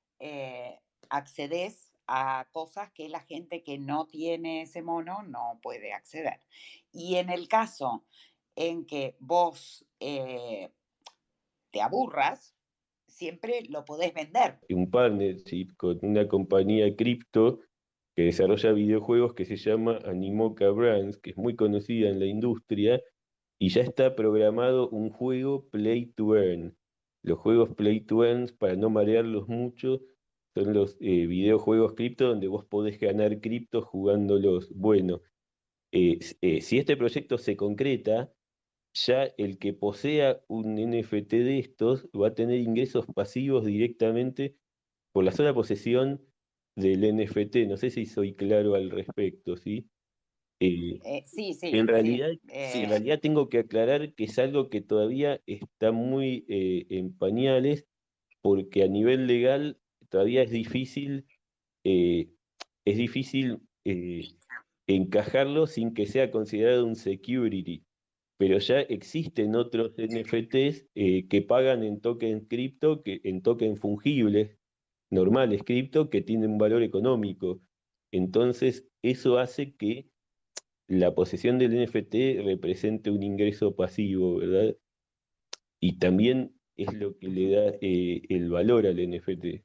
C: accedes a cosas que la gente que no tiene ese mono no puede acceder. Y en el caso en que vos te aburras, siempre lo podés vender.
B: un partnership con una compañía cripto que desarrolla videojuegos que se llama Animoca Brands, que es muy conocida en la industria, y ya está programado un juego Play to Earn. Los juegos Play to Earn, para no marearlos mucho, son los videojuegos cripto donde vos podés ganar cripto jugándolos. Bueno, si este proyecto se concreta, ya el que posea un NFT de estos va a tener ingresos pasivos directamente por la sola posesión del NFT. No sé si soy claro al respecto, ¿sí? Eh,
C: Sí, sí,
B: en
C: sí.
B: realidad, en realidad tengo que aclarar que es algo que todavía está muy en pañales, porque a nivel legal todavía eh, es difícil encajarlo sin que sea considerado un security. Pero ya existen otros NFTs que pagan en token cripto, en token fungibles, normales cripto, que tienen un valor económico. Entonces, eso hace que la posesión del NFT represente un ingreso pasivo, ¿verdad? Y también es lo que le da el valor al NFT.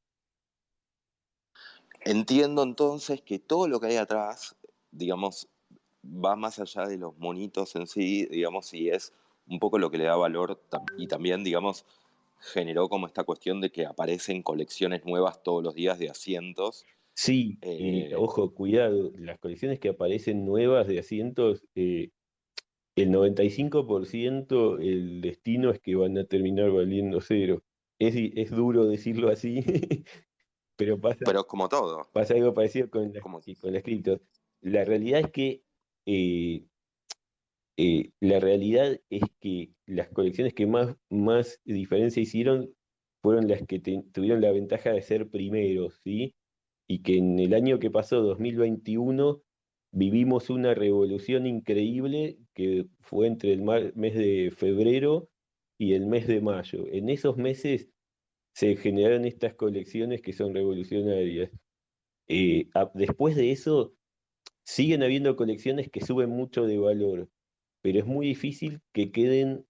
A: Entiendo entonces que todo lo que hay atrás, digamos, va más allá de los monitos en sí, digamos, y es un poco lo que le da valor y también, digamos, generó como esta cuestión de que aparecen colecciones nuevas todos los días de asientos.
B: Sí,
A: Eh,
B: ojo, cuidado, las colecciones que aparecen nuevas de asientos, el 95% el destino es que van a terminar valiendo cero. Es duro decirlo así, pero
A: pero como todo,
B: pasa algo parecido
A: como,
B: con las criptos. La realidad es que eh, la realidad es que las colecciones que más diferencia hicieron fueron las que tuvieron la ventaja de ser primeros, ¿sí? Y que en el año que pasó, 2021, vivimos una revolución increíble que fue entre el mes de febrero y el mes de mayo. En esos meses se generaron estas colecciones que son revolucionarias. Después de eso, siguen habiendo colecciones que suben mucho de valor, pero es muy difícil que queden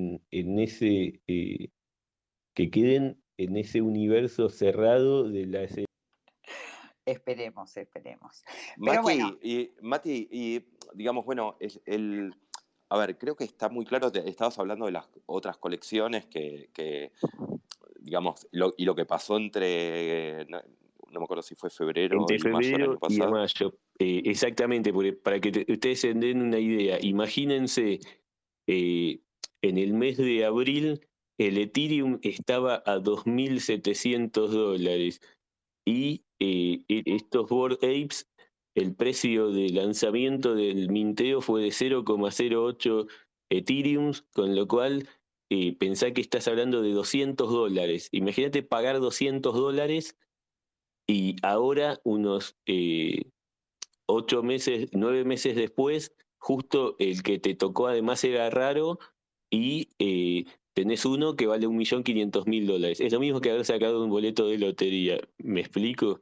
B: que queden en ese universo cerrado de la escena.
C: Esperemos, esperemos. Pero bueno,
A: Mati, y digamos, bueno, a ver, creo que está muy claro, estabas hablando de las otras colecciones digamos, y lo que pasó no me acuerdo si fue febrero
B: Entre
A: y mayo del
B: febrero
A: año
B: y de
A: pasado.
B: mayo. Exactamente, porque para que ustedes se den una idea, imagínense en el mes de abril el Ethereum estaba a $2.700 y estos Bored Apes, el precio de lanzamiento del minteo fue de 0,08 Ethereums, con lo cual pensá que estás hablando de $200. Imagínate pagar $200 y ahora unos 8 meses, 9 meses después, justo el que te tocó además era raro y tenés uno que vale $1.500.000. Es lo mismo que haber sacado un boleto de lotería. ¿Me explico?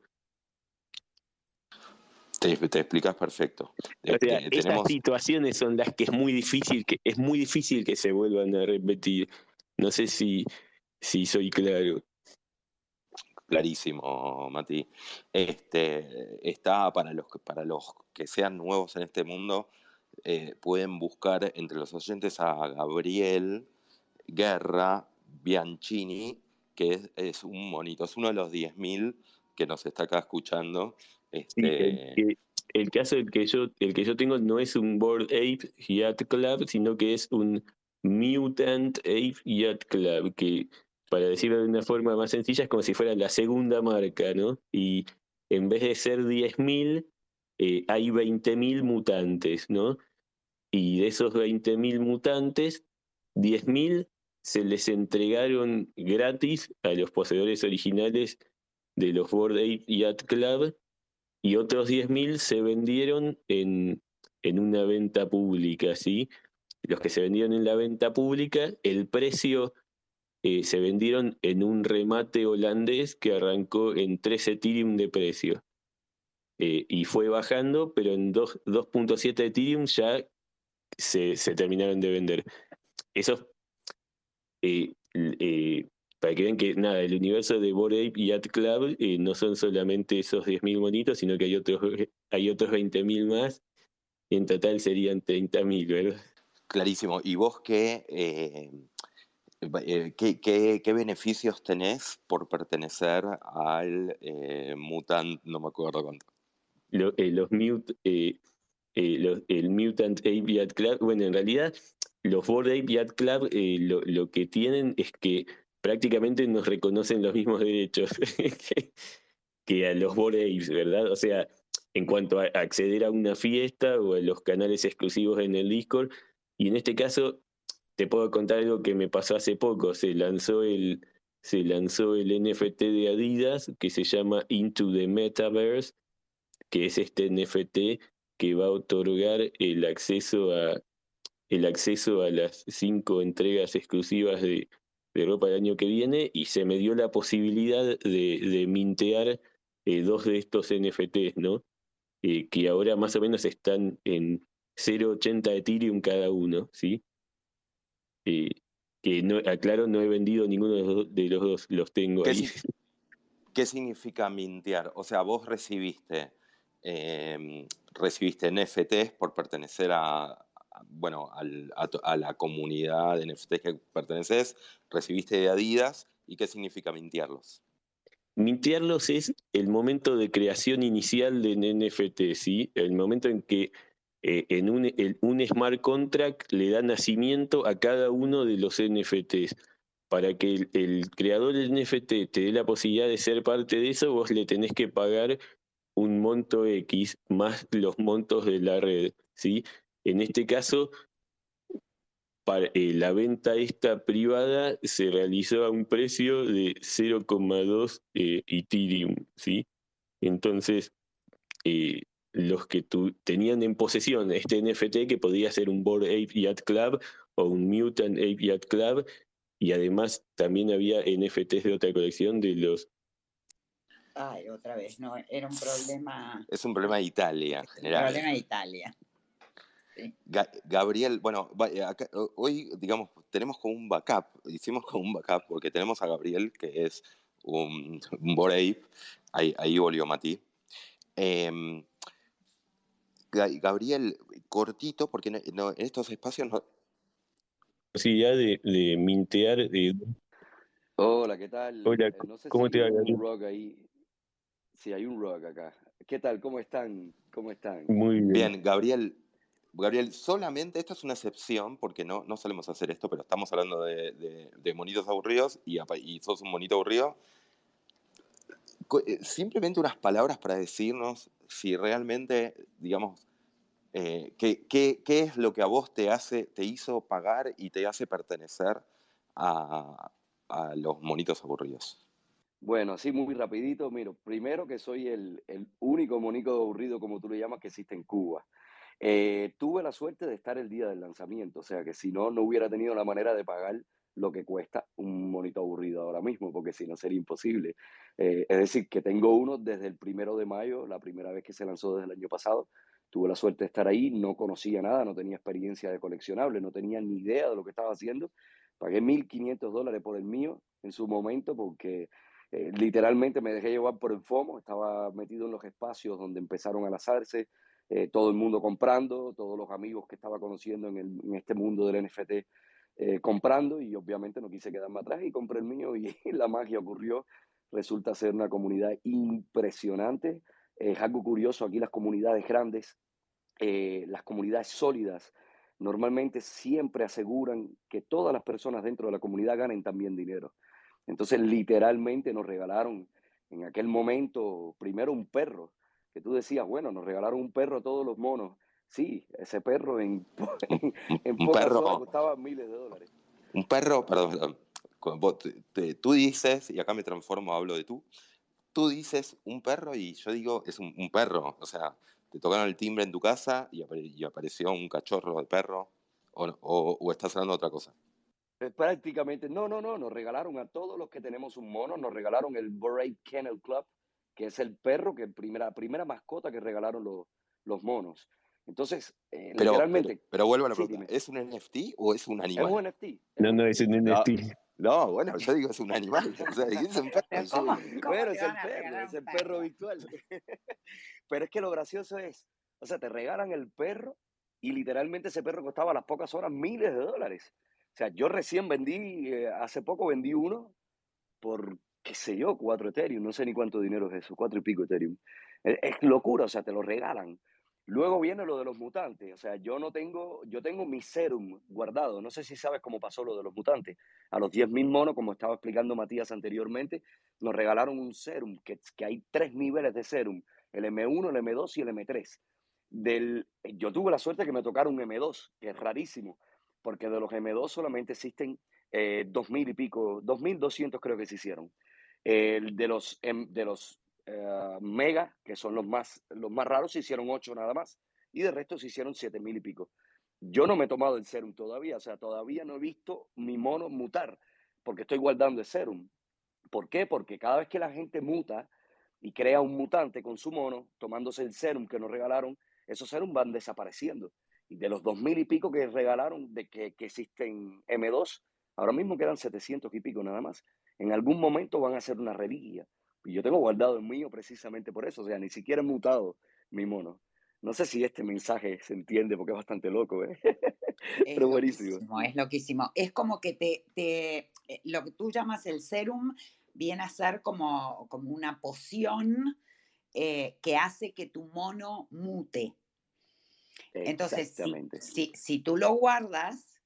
A: Te explicas perfecto.
B: O sea, estas
A: Tenemos
B: situaciones son las que es muy difícil que se vuelvan a repetir. No sé si soy claro.
A: clarísimo, Mati. Está para los que sean nuevos en este mundo, pueden buscar entre los oyentes a Gabriel Guerra Bianchini, que es un monito, es uno de los 10.000 que nos está acá escuchando.
B: Sí, el caso el que yo tengo no es un Bored Ape Yacht Club, sino que es un Mutant Ape Yacht Club, que para decirlo de una forma más sencilla es como si fuera la segunda marca, ¿no? Y en vez de ser 10.000, hay 20.000 mutantes, ¿no? Y de esos 20.000 mutantes, 10.000 se les entregaron gratis a los poseedores originales de los Bored Ape Yacht Club y otros 10.000 se vendieron en una venta pública, ¿sí? Los que se vendieron en la venta pública, el precio se vendieron en un remate holandés que arrancó en 3 Ethereum de precio. Y fue bajando, pero en 2.7 Ethereum ya se terminaron de vender. Esos, para que vean que nada, el universo de Bored Ape y Yacht Club no son solamente esos 10.000 monitos, sino que hay otros 20.000 más, y en total serían 30.000, ¿verdad?
A: clarísimo. ¿Y vos qué beneficios tenés por pertenecer al Mutant, no me acuerdo cuánto?
B: El Mutant Ape Yacht Club, bueno, en realidad los Bored Ape Yacht Club lo que tienen es que prácticamente nos reconocen los mismos derechos que a los Bored Apes, ¿verdad? O sea, en cuanto a acceder a una fiesta o a los canales exclusivos en el Discord, y en este caso te puedo contar algo que me pasó hace poco. Se lanzó el NFT de Adidas que se llama Into the Metaverse, que es este NFT que va a otorgar el acceso a las 5 entregas exclusivas de ropa del año que viene, y se me dio la posibilidad de mintear 2 de estos NFTs, ¿no? Que ahora más o menos están en 0,80 Ethereum cada uno, ¿sí? Eh, que no, aclaro, no he vendido ninguno de los dos, los tengo
A: ¿Qué,
B: ahí.
A: si- ¿Qué significa mintear? O sea, vos recibiste NFTs por pertenecer bueno, a la comunidad de NFTs que perteneces, recibiste de Adidas, ¿y qué significa mintearlos?
B: Mintearlos es el momento de creación inicial de NFT, ¿sí? El momento en que un smart contract le da nacimiento a cada uno de los NFTs. Para que el creador del NFT te dé la posibilidad de ser parte de eso, vos le tenés que pagar un monto X más los montos de la red, ¿sí? En este caso, la venta esta privada se realizó a un precio de 0,2 Ethereum, ¿sí? Entonces, eh, los que tenían en posesión este NFT, que podía ser un Bored Ape Yacht Club o un Mutant Ape Yacht Club, y además también había NFTs de otra colección de los...
C: Ay, otra vez, no, era un problema,
A: Es un problema de Italia en general.
C: problema de Italia. Sí.
A: Gabriel, bueno, hoy, digamos, tenemos como un backup, hicimos como un backup, porque tenemos a Gabriel, que es un Bored Ape, ahí volvió Mati. Em, Gabriel, cortito, porque en estos espacios
B: Posibilidad de mintear.
D: Hola, ¿qué tal?
B: Hola,
D: No sé
B: ¿cómo
D: si
B: te va,
D: hubo un
B: Gabriel?
D: rock ahí. Sí, hay un rock acá. ¿Qué tal? ¿Cómo están? ¿Cómo están?
B: Muy bien.
A: Bien, Gabriel, Gabriel, solamente esto es una excepción, porque no solemos hacer esto, pero estamos hablando de monitos aburridos y sos un monito aburrido. Simplemente unas palabras para decirnos si realmente, digamos, qué es lo que a vos te hizo pagar y te hace pertenecer a, a los monitos aburridos.
D: Bueno, así muy rapidito, miro, primero que soy el único monito aburrido, como tú lo llamas, que existe en Cuba. Tuve la suerte de estar el día del lanzamiento, o sea que si no, no hubiera tenido la manera de pagar lo que cuesta un monito aburrido ahora mismo, porque si no sería imposible. Es decir, que tengo uno desde el 1 de mayo, la primera vez que se lanzó desde el año pasado. Tuve la suerte de estar ahí, no conocía nada, no tenía experiencia de coleccionable, no tenía ni idea de lo que estaba haciendo. Pagué $1.500 por el mío en su momento porque literalmente me dejé llevar por el FOMO, estaba metido en los espacios donde empezaron a lanzarse, todo el mundo comprando, todos los amigos que estaba conociendo en este mundo del NFT comprando, y obviamente no quise quedarme atrás y compré el mío y la magia ocurrió. Resulta ser una comunidad impresionante. Es algo curioso, aquí las comunidades grandes, las comunidades sólidas, normalmente siempre aseguran que todas las personas dentro de la comunidad ganen también dinero. Entonces, literalmente nos regalaron en aquel momento primero un perro, que tú decías, bueno, nos regalaron un perro a todos los monos. Sí, ese perro en
A: Un
D: pocas horas
A: perro,
D: costaba miles de dólares.
A: un perro, perdón, tú dices, y acá me transformo, hablo de tú dices un perro y yo digo es un perro, o sea, te tocaron el timbre en tu casa y apareció un cachorro de perro, o estás hablando de otra cosa.
D: Prácticamente, no, nos regalaron a todos los que tenemos un mono, nos regalaron el Bored Kennel Club, que es el perro, que primera mascota que regalaron los monos. Entonces, literalmente,
A: Pero vuelvo a la
D: sí,
A: pregunta,
D: dime,
A: ¿es un NFT o es un
D: es un
A: animal?
D: NFT, es
B: No,
D: un
B: no, es
D: NFT.
B: un
A: No,
B: NFT.
A: no, bueno, yo digo es un animal, o sea, dijiste un perro.
C: Pero
A: Yo,
C: ¿cómo
D: Bueno,
C: te van a regalar
D: es
C: un
D: el perro
C: perro?
D: virtual. Pero es que lo gracioso es, o sea, te regalan el perro y literalmente ese perro costaba a las pocas horas miles de dólares. O sea, yo recién vendí, hace poco vendí uno por, qué sé yo, 4 Ethereum, no sé ni cuánto dinero es eso, 4 y pico Ethereum. Es locura, o sea, te lo regalan. Luego viene lo de los mutantes, o sea, yo tengo mi serum guardado, no sé si sabes cómo pasó lo de los mutantes. A los 10.000 monos, como estaba explicando Matías anteriormente, nos regalaron un serum, que hay 3 niveles de serum, el M1, el M2 y el M3. Yo tuve la suerte que me tocaron un M2, que es rarísimo, porque de los M2 solamente existen 2.000 y pico, 2.200 creo que se hicieron. De los Mega, que son los más raros, se hicieron 8 nada más. Y de resto se hicieron 7.000 y pico. Yo no me he tomado el serum todavía, o sea, todavía no he visto mi mono mutar, porque estoy guardando el serum. ¿Por qué? Porque cada vez que la gente muta y crea un mutante con su mono, tomándose el serum que nos regalaron, esos serum van desapareciendo. Y de los 2.000 y pico que regalaron, de que existen M2, ahora mismo quedan 700 y pico nada más. En algún momento van a ser una reliquia. Y yo tengo guardado el mío precisamente por eso. O sea, ni siquiera he mutado mi mono. No sé si este mensaje se entiende porque es bastante loco, ¿eh?
C: Es
D: Pero buenísimo.
C: loquísimo, es loquísimo. Es como que lo que tú llamas el serum viene a ser como una poción que hace que tu mono mute. Entonces,
D: Exactamente.
C: si tú lo guardas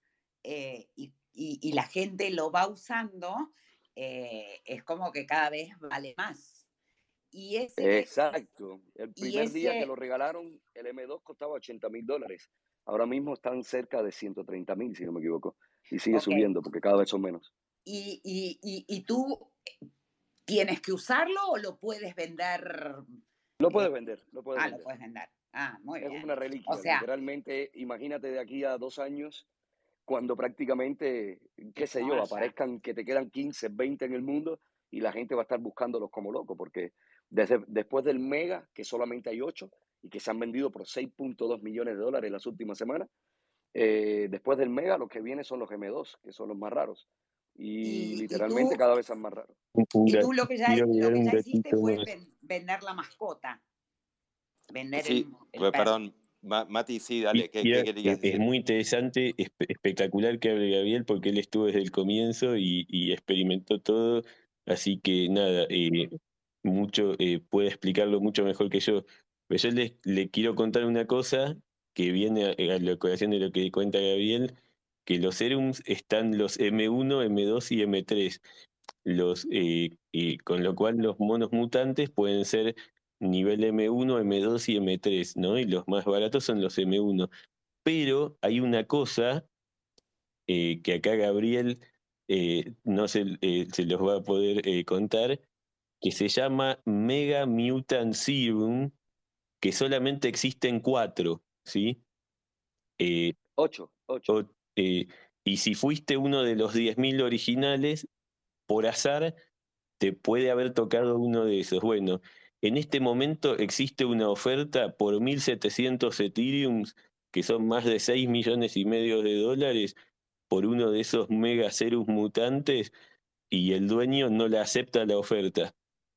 C: y la gente lo va usando, es como que cada vez vale más. Y
D: Exacto. El
C: y
D: primer día que lo
C: ese,
D: regalaron, el M2 costaba $80.000. Ahora mismo están cerca de 130.000, si no me equivoco. Y sigue
C: ok,
D: subiendo porque cada vez son menos.
C: y tú tienes que usarlo o lo puedes vender.
D: Lo
C: eh,
D: puedes vender, lo puedes
C: Lo
D: vender.
C: puedes vender. Ah, muy
D: Es
C: bien.
D: una
C: O
D: reliquia,
C: sea,
D: literalmente. Imagínate de aquí a 2 años, cuando prácticamente, qué sé
C: no
D: yo,
C: haya.
D: aparezcan que te quedan 15, 20 en el mundo y la gente va a estar buscándolos como loco, porque después del Mega, que solamente hay 8 y que se han vendido por $6.2 millones en las últimas semanas, después del Mega, lo que viene son los M2, que son los más raros. Y
C: Y, y
D: literalmente
C: tú,
D: cada vez son más raros.
B: Un
C: y tú
B: quiero
C: lo
B: agregar
C: que
B: un
C: ya hiciste
B: gatito
C: fue
B: más.
C: vender la mascota, vender
A: Sí,
C: el perro.
A: perdón, Mati, sí,
B: Y,
A: dale, ¿qué querías
B: es
A: decir?
B: muy interesante, espectacular que hable Gabriel porque él estuvo desde el comienzo y experimentó todo, así que nada, puede explicarlo mucho mejor que yo. Pero yo le quiero contar una cosa que viene a la colación de lo que cuenta Gabriel, que los serums están los M1, M2 y M3, con lo cual los monos mutantes pueden ser nivel M1, M2 y M3, ¿no? Y los más baratos son los M1. Pero hay una cosa que acá Gabriel no se los va a poder contar, que se llama Mega Mutant Serum, que solamente existen 4, ¿sí? Eh,
D: 8.
B: o- eh, y si fuiste uno de los 10.000 originales, por azar, te puede haber tocado uno de esos. Bueno, en este momento existe una oferta por 1.700 Ethereums, que son más de 6,5 millones de dólares, por uno de esos Mega Serums mutantes, y el dueño no la acepta la oferta.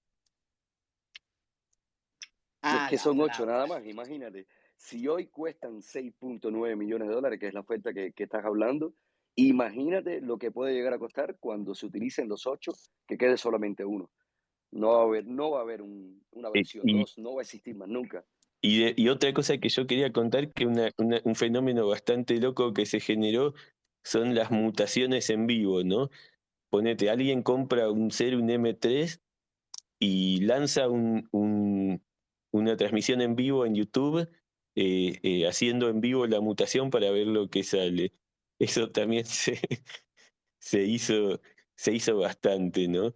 D: Es que son 8 nada
C: Flauta.
D: más, imagínate. Si hoy cuestan 6.9 millones de dólares, que es la oferta que estás hablando, imagínate lo que puede llegar a costar cuando se utilicen los 8, que quede solamente uno. No va a haber una
B: Eh,
D: versión
B: y,
D: 2, no va a existir más nunca.
B: y otra cosa que yo quería contar, que un fenómeno bastante loco que se generó, son las mutaciones en vivo, ¿no? Ponete, alguien compra un Serum M3 y lanza una transmisión en vivo en YouTube, haciendo en vivo la mutación para ver lo que sale. Eso también se hizo, se hizo bastante, ¿no?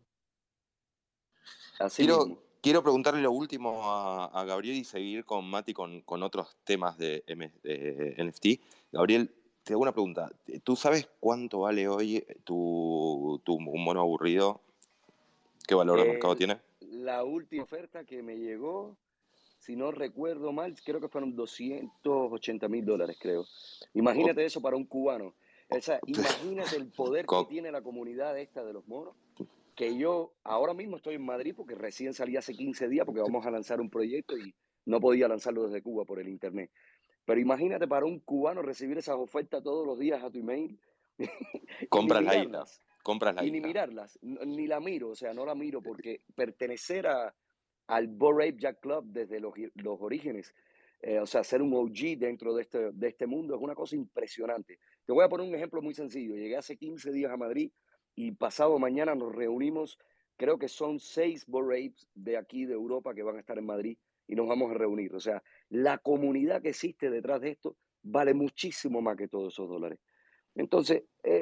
D: Así
A: Quiero,
D: mismo.
A: quiero preguntarle lo último a Gabriel y seguir con Mati con otros temas de NFT. Gabriel, te hago una pregunta. ¿Tú sabes cuánto vale hoy tu mono aburrido? ¿Qué valor de mercado tiene?
D: La última oferta que me llegó, si no recuerdo mal, creo que fueron $280,000, creo.
A: O-
D: Imagínate eso para un cubano. O sea, imagínate el poder que
A: con-
D: tiene la comunidad esta de los monos, que yo ahora mismo estoy en Madrid porque recién salí hace 15 días porque vamos a lanzar un proyecto y no podía lanzarlo desde Cuba por el internet. Pero imagínate para un cubano recibir esas ofertas todos los días a tu email y ni
A: compras la isla.
D: mirarlas
A: Compras la
D: y ni
A: isla.
D: mirarlas, ni la miro, o sea, no la miro porque pertenecer al Bored Ape Yacht Club desde los orígenes, o sea, ser un OG dentro de este mundo es una cosa impresionante. Te voy a poner un ejemplo muy sencillo. Llegué hace 15 días a Madrid y pasado mañana nos reunimos, creo que son 6 Bored Apes de aquí, de Europa, que van a estar en Madrid y nos vamos a reunir. O sea, la comunidad que existe detrás de esto vale muchísimo más que todos esos dólares. Entonces,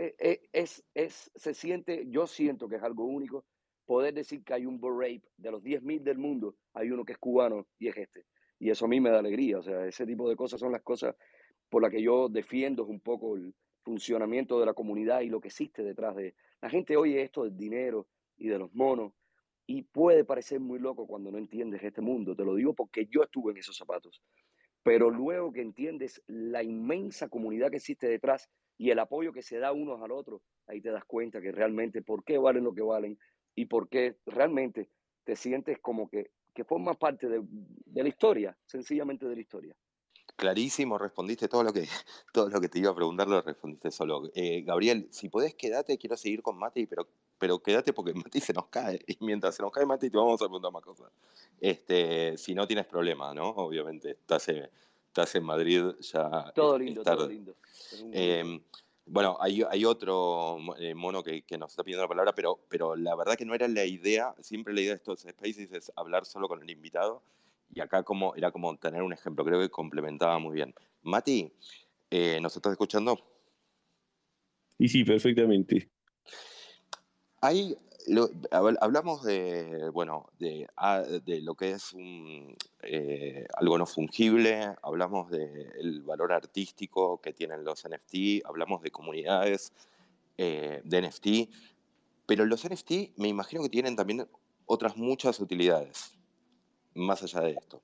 D: se siente, yo siento que es algo único poder decir que hay un Bored Ape de los 10.000 del mundo, hay uno que es cubano y es este. Y eso a mí me da alegría, o sea, ese tipo de cosas son las cosas por las que yo defiendo un poco el funcionamiento de la comunidad y lo que existe detrás de... La gente oye esto del dinero y de los monos y puede parecer muy loco cuando no entiendes este mundo, te lo digo porque yo estuve en esos zapatos. Pero luego que entiendes la inmensa comunidad que existe detrás y el apoyo que se da unos al otro, ahí te das cuenta que realmente por qué valen lo que valen y por qué realmente te sientes como que formas parte de la historia, sencillamente de la historia.
A: Clarísimo, respondiste todo lo que te iba a preguntar, lo respondiste solo. Gabriel, si podés, quedate, quiero seguir con Mati, pero quédate porque Mati se nos cae. Y mientras se nos cae Mati, te vamos a preguntar más cosas. Si no tienes problema, ¿no? Obviamente, estás en Madrid, ya
D: Todo
A: es
D: lindo, todo
A: tarde.
D: lindo. Es un gusto.
A: Bueno, hay otro mono que nos está pidiendo la palabra, pero la verdad que no era la idea. Siempre la idea de estos spaces es hablar solo con el invitado. Y acá era como tener un ejemplo, creo que complementaba muy bien. Mati, ¿nos estás escuchando?
B: Y sí, perfectamente.
A: Hay, hablamos de, bueno, de lo que es algo no fungible, hablamos del valor artístico que tienen los NFT, hablamos de comunidades de NFT, pero los NFT me imagino que tienen también otras muchas utilidades, más allá de esto.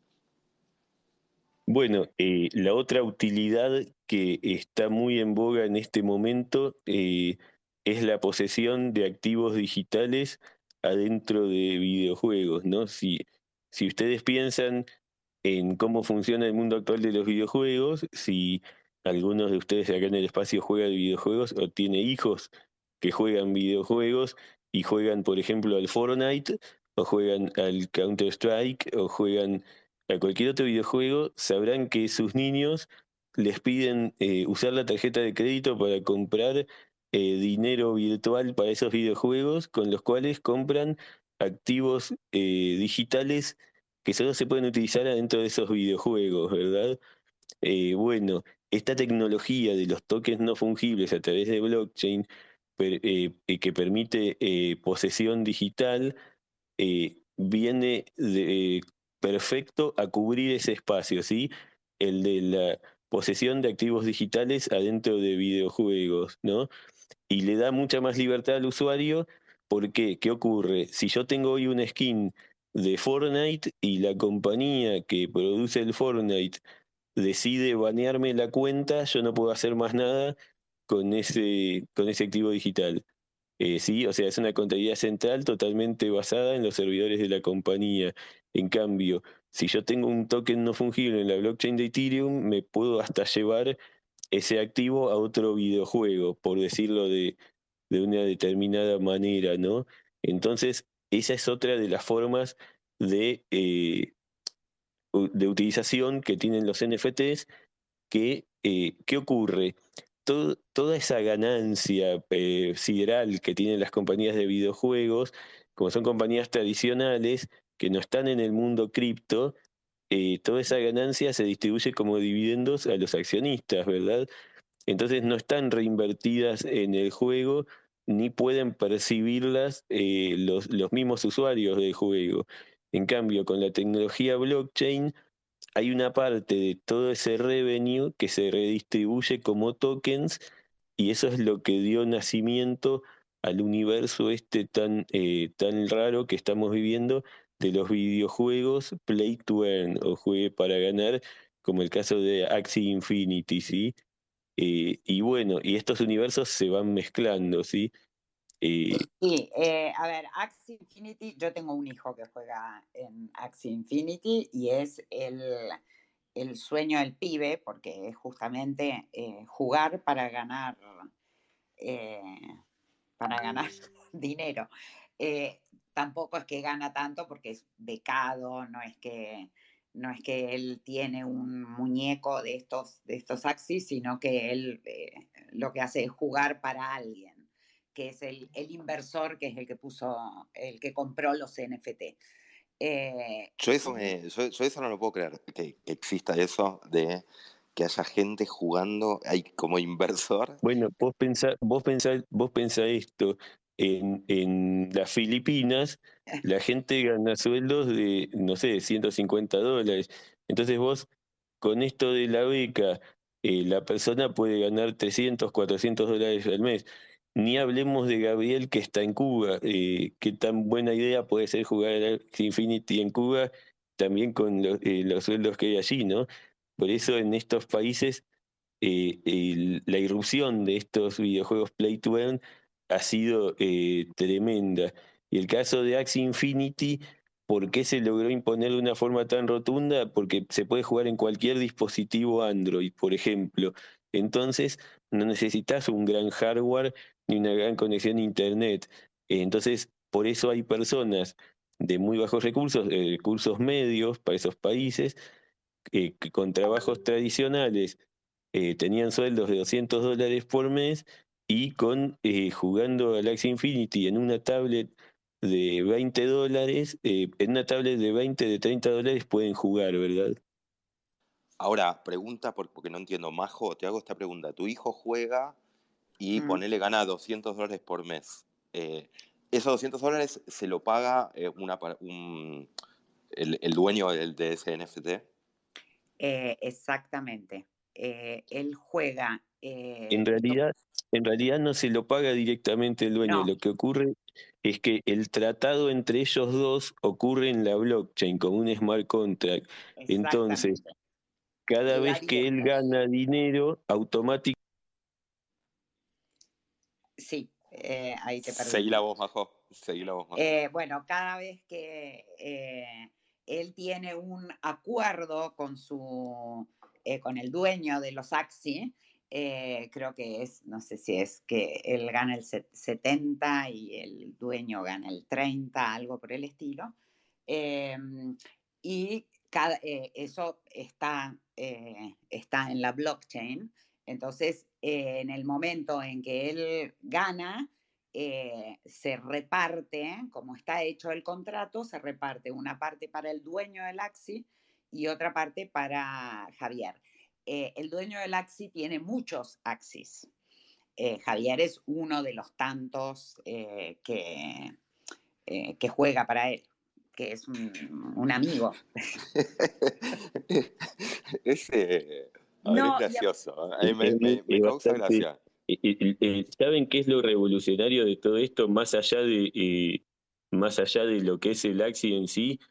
B: Bueno, la otra utilidad que está muy en boga en este momento, es la posesión de activos digitales adentro de videojuegos, ¿no? Si ustedes piensan en cómo funciona el mundo actual de los videojuegos, si algunos de ustedes acá en el espacio juega de videojuegos o tiene hijos que juegan videojuegos y juegan, por ejemplo, al Fortnite o juegan al Counter-Strike o juegan a cualquier otro videojuego, sabrán que sus niños les piden usar la tarjeta de crédito para comprar dinero virtual para esos videojuegos, con los cuales compran activos digitales que solo se pueden utilizar adentro de esos videojuegos, ¿verdad? Bueno, esta tecnología de los tokens no fungibles a través de blockchain que permite posesión digital viene perfecto a cubrir ese espacio, ¿sí? El de la posesión de activos digitales adentro de videojuegos, ¿no? Y le da mucha más libertad al usuario porque, ¿qué ocurre? Si yo tengo hoy una skin de Fortnite y la compañía que produce el Fortnite decide banearme la cuenta, yo no puedo hacer más nada con ese activo digital. Sí, o sea, es una contabilidad central totalmente basada en los servidores de la compañía. En cambio, si yo tengo un token no fungible en la blockchain de Ethereum, me puedo hasta llevar ese activo a otro videojuego, por decirlo de una determinada manera, ¿no? Entonces, esa es otra de las formas de utilización que tienen los NFTs ¿qué ocurre? Toda esa ganancia sideral que tienen las compañías de videojuegos, como son compañías tradicionales que no están en el mundo cripto, toda esa ganancia se distribuye como dividendos a los accionistas, ¿verdad? Entonces no están reinvertidas en el juego ni pueden percibirlas los mismos usuarios del juego. En cambio, con la tecnología blockchain, hay una parte de todo ese revenue que se redistribuye como tokens y eso es lo que dio nacimiento al universo este tan raro que estamos viviendo de los videojuegos Play to Earn o juegue para ganar, como el caso de Axie Infinity, ¿sí? Y bueno, y estos universos se van mezclando, ¿sí? Eh,
C: Sí, a ver, Axie Infinity, yo tengo un hijo que juega en Axie Infinity y es el sueño del pibe, porque es justamente jugar eh, para ganar dinero. Eh, Tampoco es que gana tanto porque es becado, no es que él tiene un muñeco de estos Axis, sino que él lo que hace es jugar para alguien, que es el inversor, que es el que compró los NFT. Eh,
A: Yo eso no lo puedo creer, que exista eso de que haya gente jugando ahí como inversor.
B: Bueno, vos pensá esto, en las Filipinas la gente gana sueldos de, no sé, $150. Entonces vos, con esto de la beca, la persona puede ganar $300, $400 al mes. Ni hablemos de Gabriel que está en Cuba. Qué tan buena idea puede ser jugar al Axie Infinity en Cuba, también con los sueldos que hay allí, ¿no? Por eso en estos países la irrupción de estos videojuegos Play to Earn ha sido tremenda. Y el caso de Axie Infinity, ¿por qué se logró imponer de una forma tan rotunda? Porque se puede jugar en cualquier dispositivo Android, por ejemplo. Entonces, no necesitas un gran hardware ni una gran conexión a Internet. Entonces, por eso hay personas de muy bajos recursos, recursos medios para esos países, que con trabajos tradicionales tenían sueldos de $200 por mes y jugando al Axie Infinity en una tablet de $20, en una tablet de 20, de $30 pueden jugar, ¿verdad?
A: Ahora, pregunta, porque no entiendo, Majo, te hago esta pregunta. Tu hijo juega y
C: mm,
A: ponele gana $200 por mes. Esos $200 se lo paga el dueño de ese NFT.
C: Exactamente. Él juega.
B: En realidad, en realidad no se lo paga directamente el dueño.
C: No,
B: Lo que ocurre es que el tratado entre ellos dos ocurre en la blockchain como un smart contract. Entonces,
C: exactamente.
B: cada
C: Él
B: vez
C: haría
B: que él
C: eso.
B: gana dinero, automáticamente.
C: Sí, ahí te perdí.
A: Seguí la voz, Majo. Seguí la voz, Majo.
C: Bueno, cada vez que él tiene un acuerdo con el dueño de los Axie, creo que es, no sé si es que él gana el 70 y el dueño gana el 30, algo por el estilo. eh, y eso está en la blockchain. Entonces, en el momento en que él gana, se reparte, como está hecho el contrato, se reparte una parte para el dueño del Axi y otra parte para Javier. El dueño del Axi tiene muchos Axis. Javier es uno de los tantos que juega para él, que es un amigo.
A: A ver, es
C: No,
A: gracioso. A mí me causa
B: bastante.
A: gracia.
B: ¿Saben qué es lo revolucionario de todo esto? Más allá de lo que es el Axie en sí,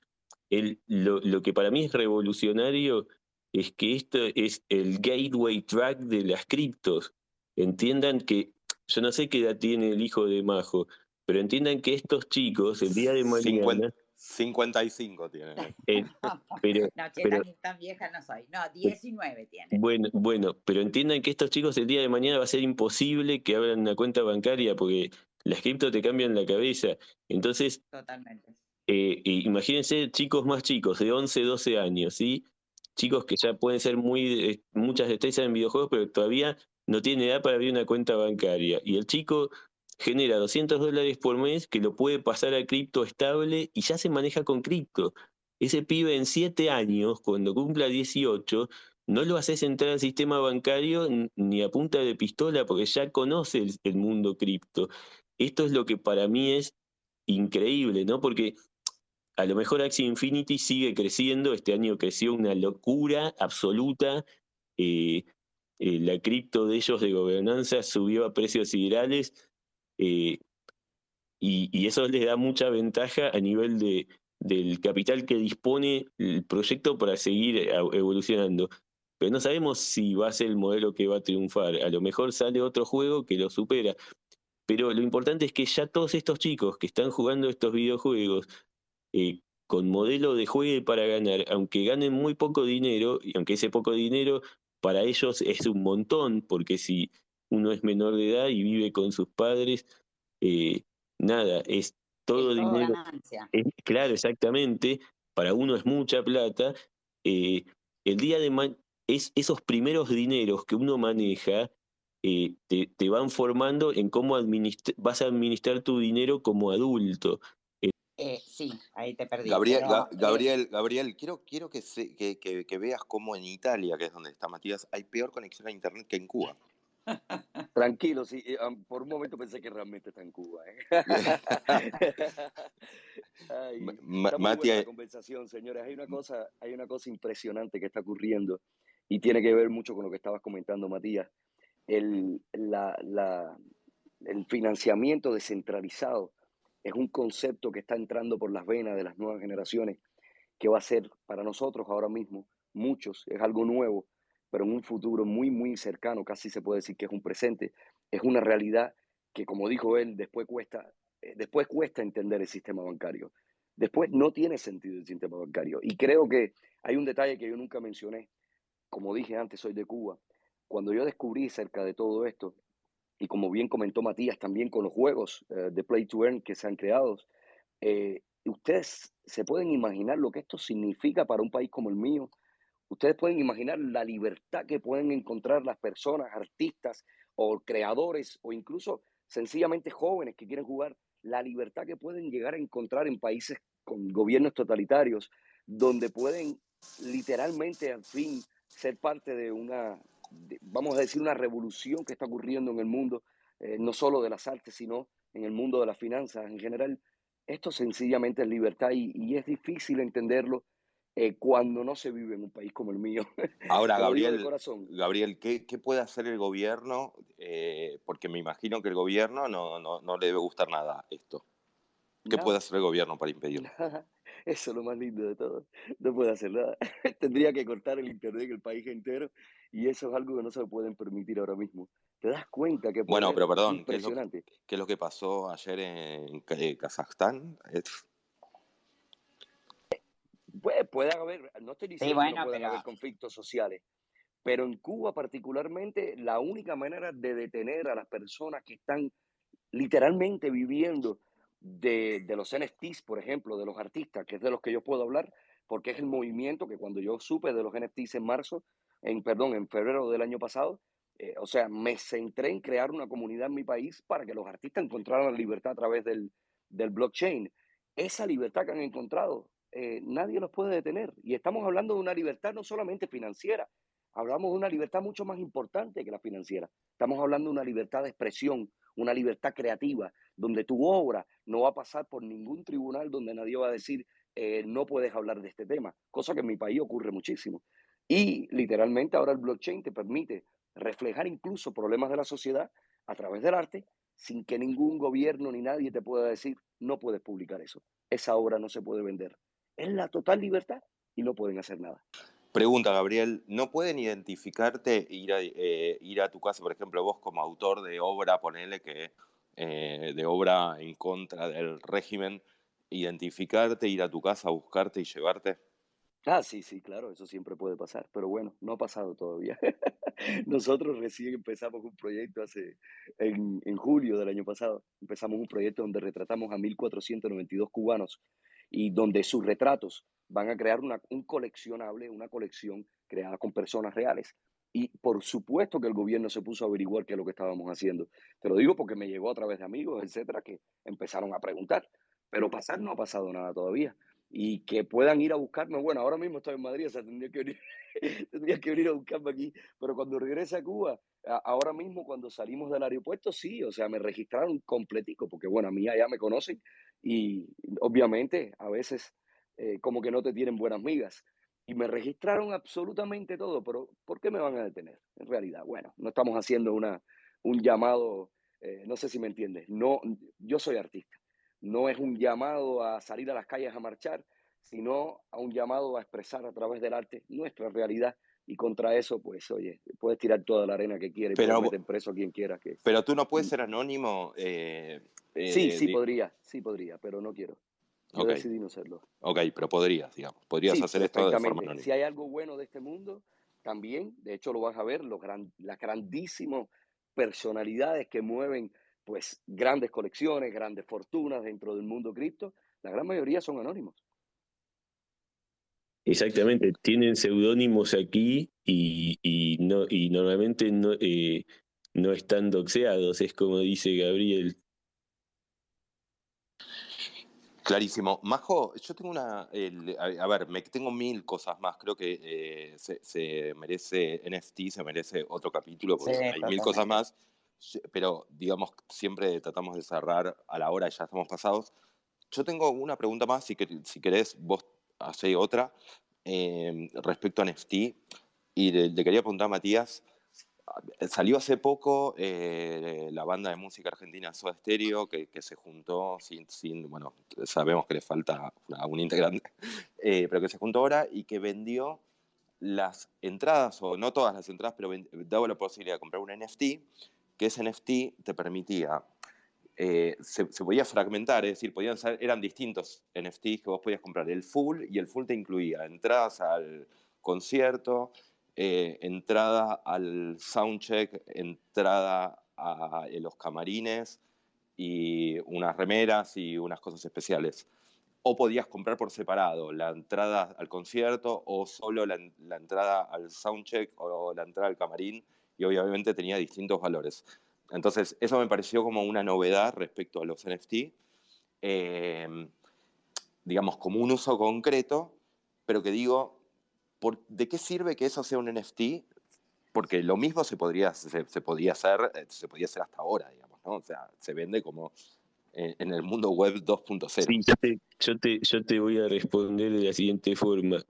B: lo que para mí es revolucionario es que esto es el gateway track de las criptos. Entiendan que, yo no sé qué edad tiene el hijo de Majo, pero entiendan que estos chicos, el día de mañana,
A: 55 tienen.
B: pero,
C: no, che,
B: pero
C: tan vieja no soy. No, 19 tiene.
B: bueno, pero entiendan que estos chicos el día de mañana va a ser imposible que abran una cuenta bancaria porque las cripto te cambian la cabeza. Entonces,
C: Totalmente.
B: imagínense chicos más chicos, de 11, 12 años, ¿sí? Chicos que ya pueden ser muchas destrezas en videojuegos, pero todavía no tienen edad para abrir una cuenta bancaria. Y el chico genera $200 por mes que lo puede pasar a cripto estable y ya se maneja con cripto. Ese pibe en 7 años, cuando cumpla 18, no lo haces entrar al sistema bancario ni a punta de pistola porque ya conoce el mundo cripto. Esto es lo que para mí es increíble, ¿no? Porque a lo mejor Axie Infinity sigue creciendo, este año creció una locura absoluta, eh, la cripto de ellos de gobernanza subió a precios siderales, eh, y eso les da mucha ventaja a nivel del capital que dispone el proyecto para seguir evolucionando. Pero no sabemos si va a ser el modelo que va a triunfar. A lo mejor sale otro juego que lo supera. Pero lo importante es que ya todos estos chicos que están jugando estos videojuegos con modelo de juegue para ganar, aunque ganen muy poco dinero, y aunque ese poco dinero para ellos es un montón, porque si uno es menor de edad y vive con sus padres, eh, nada, es todo
C: Es todo
B: dinero.
C: ganancia.
B: Claro, exactamente, para uno es mucha plata. eh, el día de esos primeros dineros que uno maneja, te van formando en cómo vas a administrar tu dinero como adulto.
C: Sí, ahí te perdí.
A: Gabriel,
C: Pero,
A: Gabriel, quiero que veas cómo en Italia, que es donde está Matías, hay peor conexión a internet que en Cuba.
D: Tranquilo, sí, por un momento pensé que realmente está en Cuba, ¿eh? Ay, está muy buena la
A: Matías,
D: conversación, señores. Hay una cosa impresionante que está ocurriendo y tiene que ver mucho con lo que estabas comentando, Matías. El, la, la, el financiamiento descentralizado es un concepto que está entrando por las venas de las nuevas generaciones, que va a ser para nosotros ahora mismo, muchos, es algo nuevo, pero en un futuro muy, muy cercano, casi se puede decir que es un presente, es una realidad que, como dijo él, después cuesta entender el sistema bancario. Después no tiene sentido el sistema bancario. Y creo que hay un detalle que yo nunca mencioné. Como dije antes, soy de Cuba. Cuando yo descubrí cerca de todo esto, y como bien comentó Matías, también con los juegos de Play to Earn que se han creado, ustedes se pueden imaginar lo que esto significa para un país como el mío. Ustedes pueden imaginar la libertad que pueden encontrar las personas, artistas o creadores o incluso sencillamente jóvenes que quieren jugar, la libertad que pueden llegar a encontrar en países con gobiernos totalitarios, donde pueden literalmente al fin ser parte de vamos a decir, una revolución que está ocurriendo en el mundo, no solo de las artes, sino en el mundo de las finanzas en general. Esto sencillamente es libertad y es difícil entenderlo cuando no se vive en un país como el mío.
A: ahora,
D: Te lo digo de corazón.
A: Gabriel, ¿qué puede hacer el gobierno? Porque me imagino que el gobierno no le debe gustar nada esto. ¿Qué puede
D: Nada,
A: hacer el gobierno para impedirlo?
D: nada. Eso es lo más lindo de todo. No puede hacer nada. Tendría que cortar el internet en el país entero y eso es algo que no se lo pueden permitir ahora mismo. ¿Te das cuenta qué
A: Bueno,
D: poder
A: pero perdón,
D: impresionante?
A: qué es lo que pasó ayer en Kazajstán?
D: Puede haber, no estoy
C: sí,
D: diciendo que no
C: bueno,
D: puedan
C: pero
D: haber conflictos sociales, pero en Cuba particularmente la única manera de detener a las personas que están literalmente viviendo de los NFTs, por ejemplo, de los artistas, que es de los que yo puedo hablar, porque es el movimiento que cuando yo supe de los NFTs en febrero del año pasado, o sea, me centré en crear una comunidad en mi país para que los artistas encontraran la libertad a través del blockchain. Esa libertad que han encontrado, nadie los puede detener. Y estamos hablando de una libertad no solamente financiera, hablamos de una libertad mucho más importante que la financiera. Estamos hablando de una libertad de expresión, una libertad creativa, donde tu obra no va a pasar por ningún tribunal donde nadie va a decir no puedes hablar de este tema, cosa que en mi país ocurre muchísimo. Y literalmente ahora el blockchain te permite reflejar incluso problemas de la sociedad a través del arte sin que ningún gobierno ni nadie te pueda decir no puedes publicar eso, esa obra no se puede vender. Es la total libertad y no pueden hacer nada.
A: Pregunta, Gabriel, ¿no pueden identificarte, ir a tu casa, por ejemplo, vos como autor de obra, ponele que de obra en contra del régimen, identificarte, ir a tu casa, buscarte y llevarte?
D: Ah, sí, sí, claro, eso siempre puede pasar, pero bueno, no ha pasado todavía. Nosotros recién empezamos un proyecto en julio del año pasado, empezamos un proyecto donde retratamos a 1.492 cubanos y donde sus retratos van a crear un coleccionable, una colección creada con personas reales. Y por supuesto que el gobierno se puso a averiguar qué es lo que estábamos haciendo. Te lo digo porque me llegó a través de amigos, etcétera, que empezaron a preguntar. Pero pasar no ha pasado nada todavía y que puedan ir a buscarme. Bueno, ahora mismo estoy en Madrid, o sea, tendría que venir, tendría que venir a buscarme aquí, pero cuando regrese a Cuba, ahora mismo cuando salimos del aeropuerto, sí, o sea, me registraron completico, porque bueno, a mí allá me conocen y obviamente a veces como que no te tienen buenas migas. Y me registraron absolutamente todo, pero ¿por qué me van a detener? En realidad, bueno, no estamos haciendo un llamado, no sé si me entiendes, no, yo soy artista, no es un llamado a salir a las calles a marchar, sino a un llamado a expresar a través del arte nuestra realidad. Y contra eso, pues, oye, puedes tirar toda la arena que quieras y puedes
A: Pero,
D: meter preso a quien quiera.
A: pero tú no puedes ser anónimo.
D: Sí, sí podría, pero no quiero. Yo
A: Ok,
D: decidí no serlo.
A: ok, pero podrías, digamos. Podrías
D: Sí,
A: hacer esto de forma
D: perfectamente.
A: anónima.
D: Si hay algo bueno de este mundo, también, de hecho lo vas a ver, las grandísimas personalidades que mueven pues grandes colecciones, grandes fortunas dentro del mundo cripto, la gran mayoría son anónimos.
B: Exactamente, tienen seudónimos aquí y normalmente no están doxeados, es como dice Gabriel.
A: Clarísimo. Majo, yo tengo a ver, tengo 1000 cosas más. Creo que se merece NFT, se merece otro capítulo
C: Sí,
A: porque hay 1000 cosas
C: totalmente.
A: más. Pero, digamos, siempre tratamos de cerrar a la hora y ya estamos pasados. Yo tengo una pregunta más, si querés, vos hacé otra, respecto a NFT. Y le quería preguntar a Matías. Salió hace poco la banda de música argentina Soda Stereo, que se juntó bueno, sabemos que le falta un integrante, pero que se juntó ahora y que vendió las entradas, o no todas las entradas, pero daba la posibilidad de comprar un NFT, que ese NFT te permitía, se podía fragmentar, es decir, eran distintos NFTs que vos podías comprar, el full, y el full te incluía entradas al concierto, entrada al soundcheck, entrada a los camarines y unas remeras y unas cosas especiales. O podías comprar por separado la entrada al concierto o solo la entrada al soundcheck o la entrada al camarín, y obviamente tenía distintos valores. Entonces, eso me pareció como una novedad respecto a los NFT, eh, digamos, como un uso concreto, pero que digo, ¿de qué sirve que eso sea un NFT? Porque lo mismo se podía hacer hasta ahora, digamos, ¿no? O sea, se vende como en el mundo web 2.0.
B: Sí, yo te voy a responder de la siguiente forma.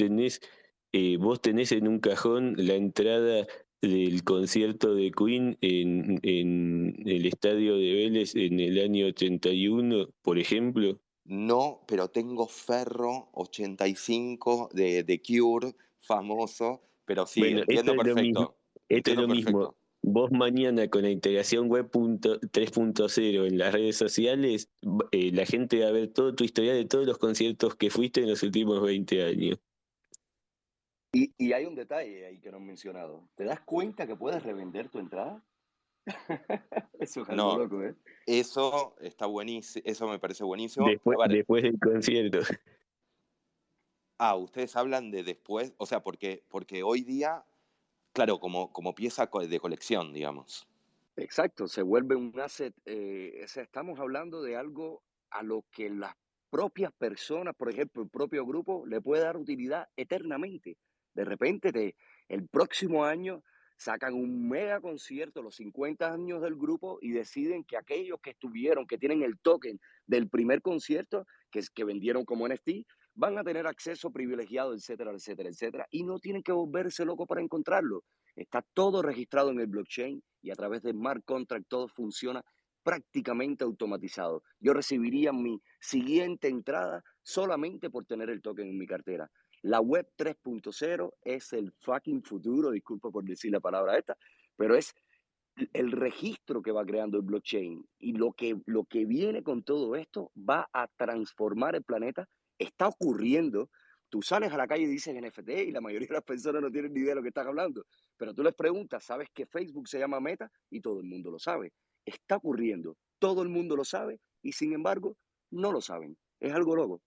B: Vos tenés en un cajón la entrada del concierto de Queen en el estadio de Vélez en el año 81, por ejemplo.
A: No, pero tengo Ferro 85 de Cure, famoso, pero sí,
B: Bueno, esto
A: entiendo
B: es lo mismo.
A: perfecto.
B: Esto es
A: Entiendo
B: lo mismo.
A: perfecto.
B: Vos mañana con la integración web 3.0 en las redes sociales, la gente va a ver todo tu historial de todos los conciertos que fuiste en los últimos 20 años.
D: Y hay un detalle ahí que no han mencionado. ¿Te das cuenta que puedes revender tu entrada? Eso es algo
A: No,
D: loco, ¿eh?
A: eso está buenísimo, eso me parece buenísimo.
B: Después del concierto.
A: Ustedes hablan de después, o sea, porque hoy día, claro, como pieza de colección, digamos.
D: Exacto, se vuelve un asset. O sea, estamos hablando de algo a lo que las propias personas, por ejemplo, el propio grupo, le puede dar utilidad eternamente. De repente, el próximo año sacan un mega concierto, los 50 años del grupo, y deciden que aquellos que estuvieron, que tienen el token del primer concierto, que vendieron como NFT, van a tener acceso privilegiado, etcétera, etcétera, etcétera, y no tienen que volverse locos para encontrarlo. Está todo registrado en el blockchain y a través de smart contract todo funciona prácticamente automatizado. Yo recibiría mi siguiente entrada solamente por tener el token en mi cartera. La web 3.0 es el fucking futuro, disculpa por decir la palabra esta, pero es el registro que va creando el blockchain y lo que viene con todo esto va a transformar el planeta. Está ocurriendo. Tú sales a la calle y dices NFT y la mayoría de las personas no tienen ni idea de lo que estás hablando. Pero tú les preguntas, ¿sabes que Facebook se llama Meta? Y todo el mundo lo sabe. Está ocurriendo. Todo el mundo lo sabe y sin embargo no lo saben. Es algo loco.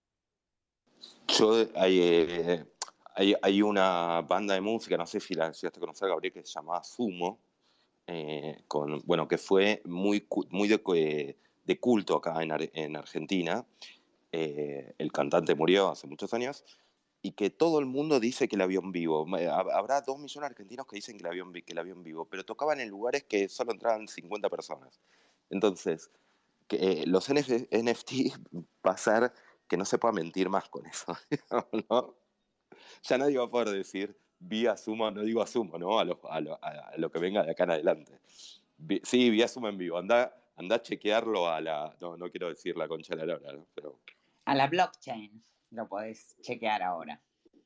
A: Hay una banda de música, no sé si la llegaste a conocer, Gabriel, que se llamaba Sumo, bueno, que fue muy de culto acá en Argentina. El cantante murió hace muchos años y que todo el mundo dice que la vio en vivo. Habrá 2 millones de argentinos que dicen que la vio en vivo, pero tocaban en lugares que solo entraban 50 personas. Entonces, los NFT va a ser que no se pueda mentir más con eso, ¿no? Ya nadie va a poder decir vi a Sumo, no digo a Sumo, ¿no? A lo que venga de acá en adelante. Sí, vi a Sumo en vivo. Anda a chequearlo no quiero decir la concha de la lora, ¿no? Pero
C: A la blockchain lo podés chequear ahora.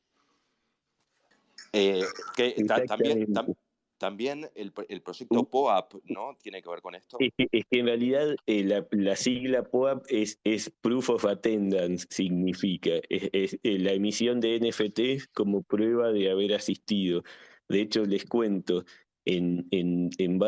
A: También el proyecto POAP, ¿no? Tiene que ver con esto.
B: Es que en realidad la sigla POAP es Proof of Attendance, significa. Es la emisión de NFTs como prueba de haber asistido. De hecho, les cuento, en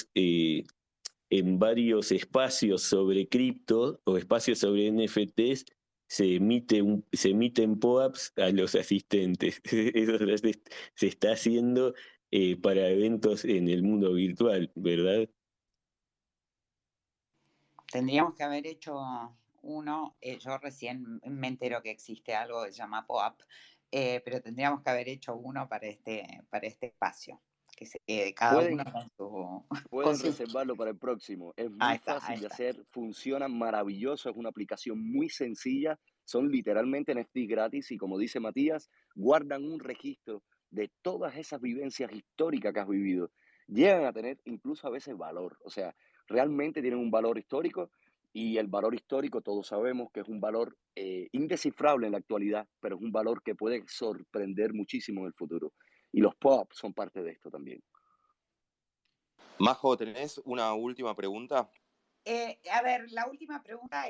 B: varios espacios sobre cripto o espacios sobre NFTs se emiten POAPs a los asistentes. Eso se está haciendo para eventos en el mundo virtual, ¿verdad?
C: Tendríamos que haber hecho uno, yo recién me entero que existe algo que se llama POAP, pero tendríamos que haber hecho uno para este espacio, que se quede cada
D: Pueden,
C: uno con su...
D: Pueden reservarlo para el próximo. Es muy
C: Ahí está,
D: fácil
C: ahí
D: de
C: está.
D: hacer, funciona maravilloso, es una aplicación muy sencilla, son literalmente NFT gratis y como dice Matías, guardan un registro de todas esas vivencias históricas que has vivido. Llegan a tener incluso a veces valor, o sea, realmente tienen un valor histórico y el valor histórico todos sabemos que es un valor indescifrable en la actualidad, pero es un valor que puede sorprender muchísimo en el futuro. Y los pop son parte de esto también.
A: Majo, ¿tenés una última pregunta?
C: A ver, la última pregunta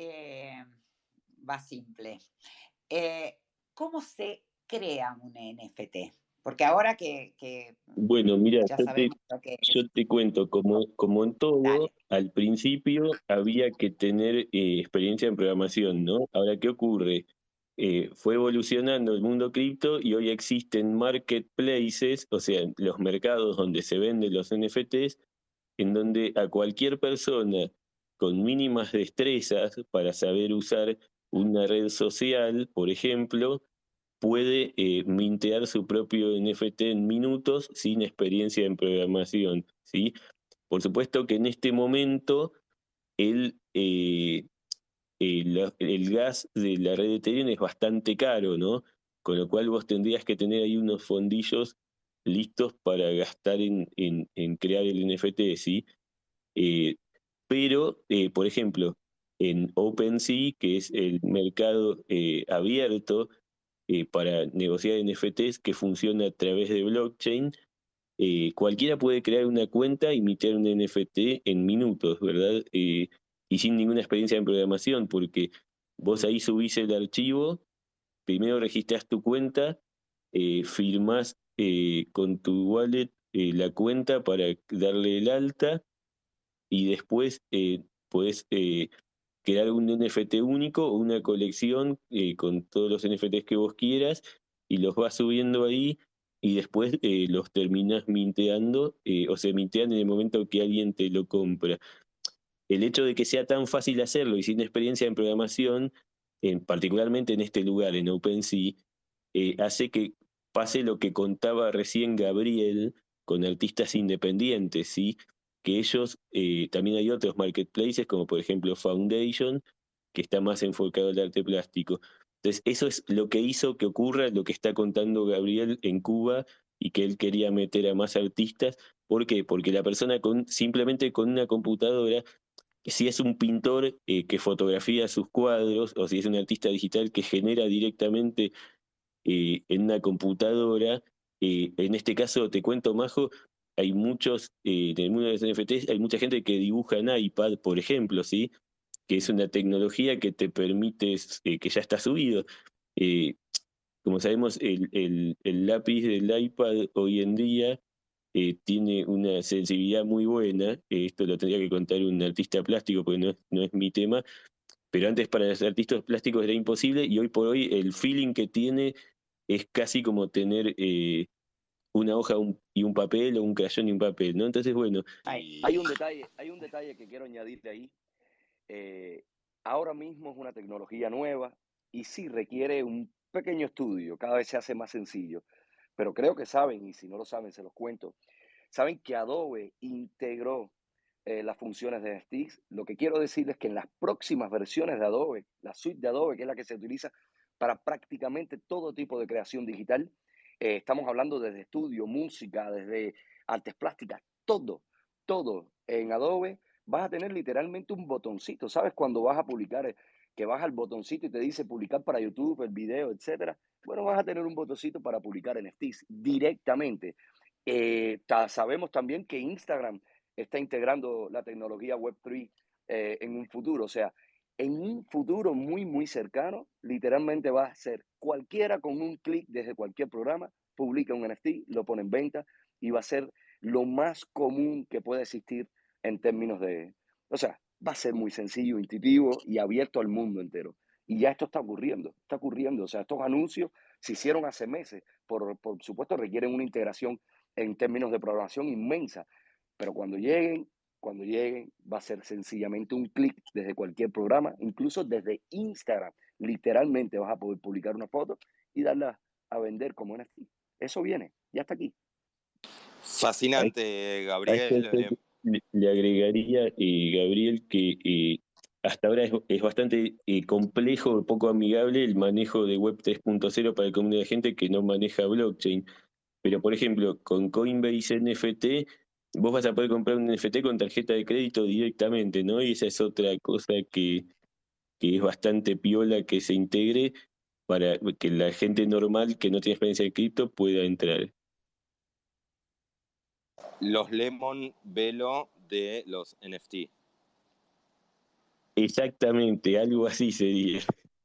C: va simple. ¿Cómo se crea un NFT? Porque ahora que
B: Bueno, mira,
C: ya sabemos lo que es.
B: yo te cuento, como en todo,
C: Dale.
B: al principio había que tener experiencia en programación, ¿no? Ahora, ¿qué ocurre? Fue evolucionando el mundo cripto y hoy existen marketplaces, o sea, los mercados donde se venden los NFTs, en donde a cualquier persona con mínimas destrezas para saber usar una red social, por ejemplo, puede mintear su propio NFT en minutos sin experiencia en programación, ¿sí? Por supuesto que en este momento el, el gas de la red de Ethereum es bastante caro, ¿no? Con lo cual vos tendrías que tener ahí unos fondillos listos para gastar en crear el NFT, ¿sí? Eh, pero, por ejemplo, en OpenSea, que es el mercado abierto para negociar NFTs que funciona a través de blockchain, cualquiera puede crear una cuenta y emitir un NFT en minutos, ¿verdad? Y sin ninguna experiencia en programación, porque vos ahí subís el archivo, primero registrás tu cuenta, firmás con tu wallet la cuenta para darle el alta y después podés crear un NFT único o una colección con todos los NFTs que vos quieras y los vas subiendo ahí y después los terminás minteando o se mintean en el momento que alguien te lo compra. El hecho de que sea tan fácil hacerlo y sin experiencia en programación, particularmente en este lugar, en OpenSea, hace que pase lo que contaba recién Gabriel con artistas independientes, ¿sí? Que ellos, también hay otros marketplaces, como por ejemplo Foundation, que está más enfocado al arte plástico. Entonces, eso es lo que hizo que ocurra lo que está contando Gabriel en Cuba y que él quería meter a más artistas. ¿Por qué? Porque la persona simplemente con una computadora, si es un pintor que fotografía sus cuadros o si es un artista digital que genera directamente en una computadora. En este caso, te cuento, Majo, hay muchos, en el mundo de los NFTs, hay mucha gente que dibuja en iPad, por ejemplo, ¿sí? Que es una tecnología que te permite, que ya está subido. Eh, Como sabemos, el lápiz del iPad hoy en día tiene una sensibilidad muy buena. Esto lo tendría que contar un artista plástico porque no es mi tema, pero antes para los artistas plásticos era imposible y hoy por hoy el feeling que tiene es casi como tener una hoja y un papel o un crayón y un papel, ¿no? Entonces, bueno,
D: Hay un detalle que quiero añadirte ahí. Eh, Ahora mismo es una tecnología nueva y sí requiere un pequeño estudio, cada vez se hace más sencillo, pero creo que saben, y si no lo saben, se los cuento, saben que Adobe integró las funciones de NFTs. Lo que quiero decirles es que en las próximas versiones de Adobe, la suite de Adobe, que es la que se utiliza para prácticamente todo tipo de creación digital, estamos hablando desde estudio, música, desde artes plásticas, todo en Adobe, vas a tener literalmente un botoncito. ¿Sabes? Cuando vas a publicar, que vas al botoncito y te dice publicar para YouTube, el video, etcétera. Bueno, vas a tener un botoncito para publicar NFTs directamente. Sabemos también que Instagram está integrando la tecnología Web3 en un futuro. O sea, en un futuro muy cercano, literalmente va a ser cualquiera con un clic desde cualquier programa, publica un NFT, lo pone en venta y va a ser lo más común que puede existir en términos de... O sea, va a ser muy sencillo, intuitivo y abierto al mundo entero. Y ya esto está ocurriendo, está ocurriendo. O sea, estos anuncios se hicieron hace meses. Por supuesto, requieren una integración en términos de programación inmensa. Pero cuando lleguen, va a ser sencillamente un clic desde cualquier programa, incluso desde Instagram. Literalmente vas a poder publicar una foto y darla a vender como NFT. Eso viene, ya está aquí.
A: Fascinante,
B: a esto
A: Gabriel.
B: le agregaría, Gabriel, que hasta ahora es bastante complejo, poco amigable el manejo de Web 3.0 para el común de la gente que no maneja blockchain. Pero, por ejemplo, con Coinbase NFT, vos vas a poder comprar un NFT con tarjeta de crédito directamente, ¿no? Y esa es otra cosa que es bastante piola que se integre para que la gente normal que no tiene experiencia de cripto pueda entrar.
A: Los Lemon Velo de los NFT.
B: Exactamente, algo así sería.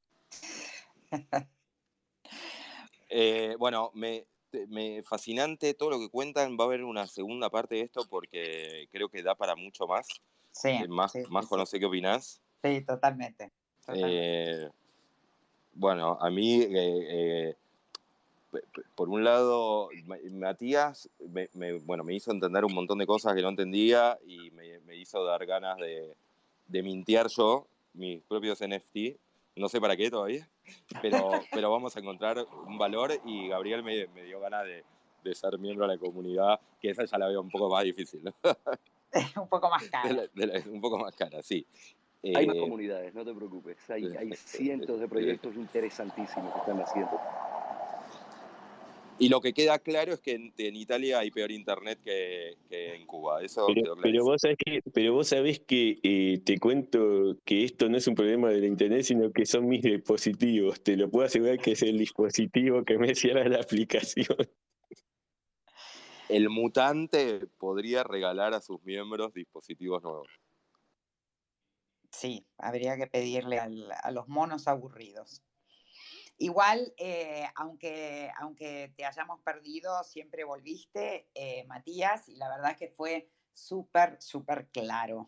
A: Bueno, me fascinante todo lo que cuentan. Va a haber una segunda parte de esto porque creo que da para mucho más.
C: Sí,
A: Más,
C: sí,
A: más
C: sí,
A: no sé qué opinás.
C: sí, totalmente.
A: Bueno, a mí, por un lado, Matías bueno, me hizo entender un montón de cosas que no entendía y me hizo dar ganas de mintear yo mis propios NFT. No sé para qué todavía, pero vamos a encontrar un valor y Gabriel me dio ganas de ser miembro de la comunidad, que esa ya la veo un poco más difícil, ¿no?
C: Un poco más cara.
A: Un poco más cara, sí.
D: Hay más comunidades, no te preocupes. Hay cientos de proyectos interesantísimos que están haciendo.
A: Y lo que queda claro es que en Italia hay peor internet que en Cuba. Eso quedó clarísimo.
B: Pero vos sabés que te cuento que esto no es un problema de la internet, sino que son mis dispositivos. Te lo puedo asegurar que es el dispositivo que me cierra la aplicación.
A: El mutante podría regalar a sus miembros dispositivos nuevos.
C: Sí, habría que pedirle a los monos aburridos. Igual, aunque te hayamos perdido, siempre volviste, Matías, y la verdad que fue súper, súper claro.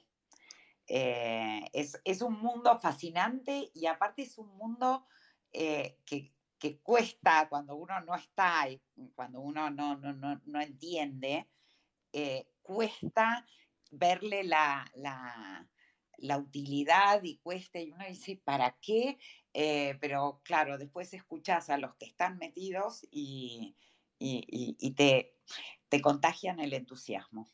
C: Es un mundo fascinante y aparte es un mundo que cuesta cuando uno no está y cuando uno no entiende, cuesta verle la utilidad y cuesta, y uno dice, ¿para qué? Pero claro, después escuchás a los que están metidos y te contagian el entusiasmo.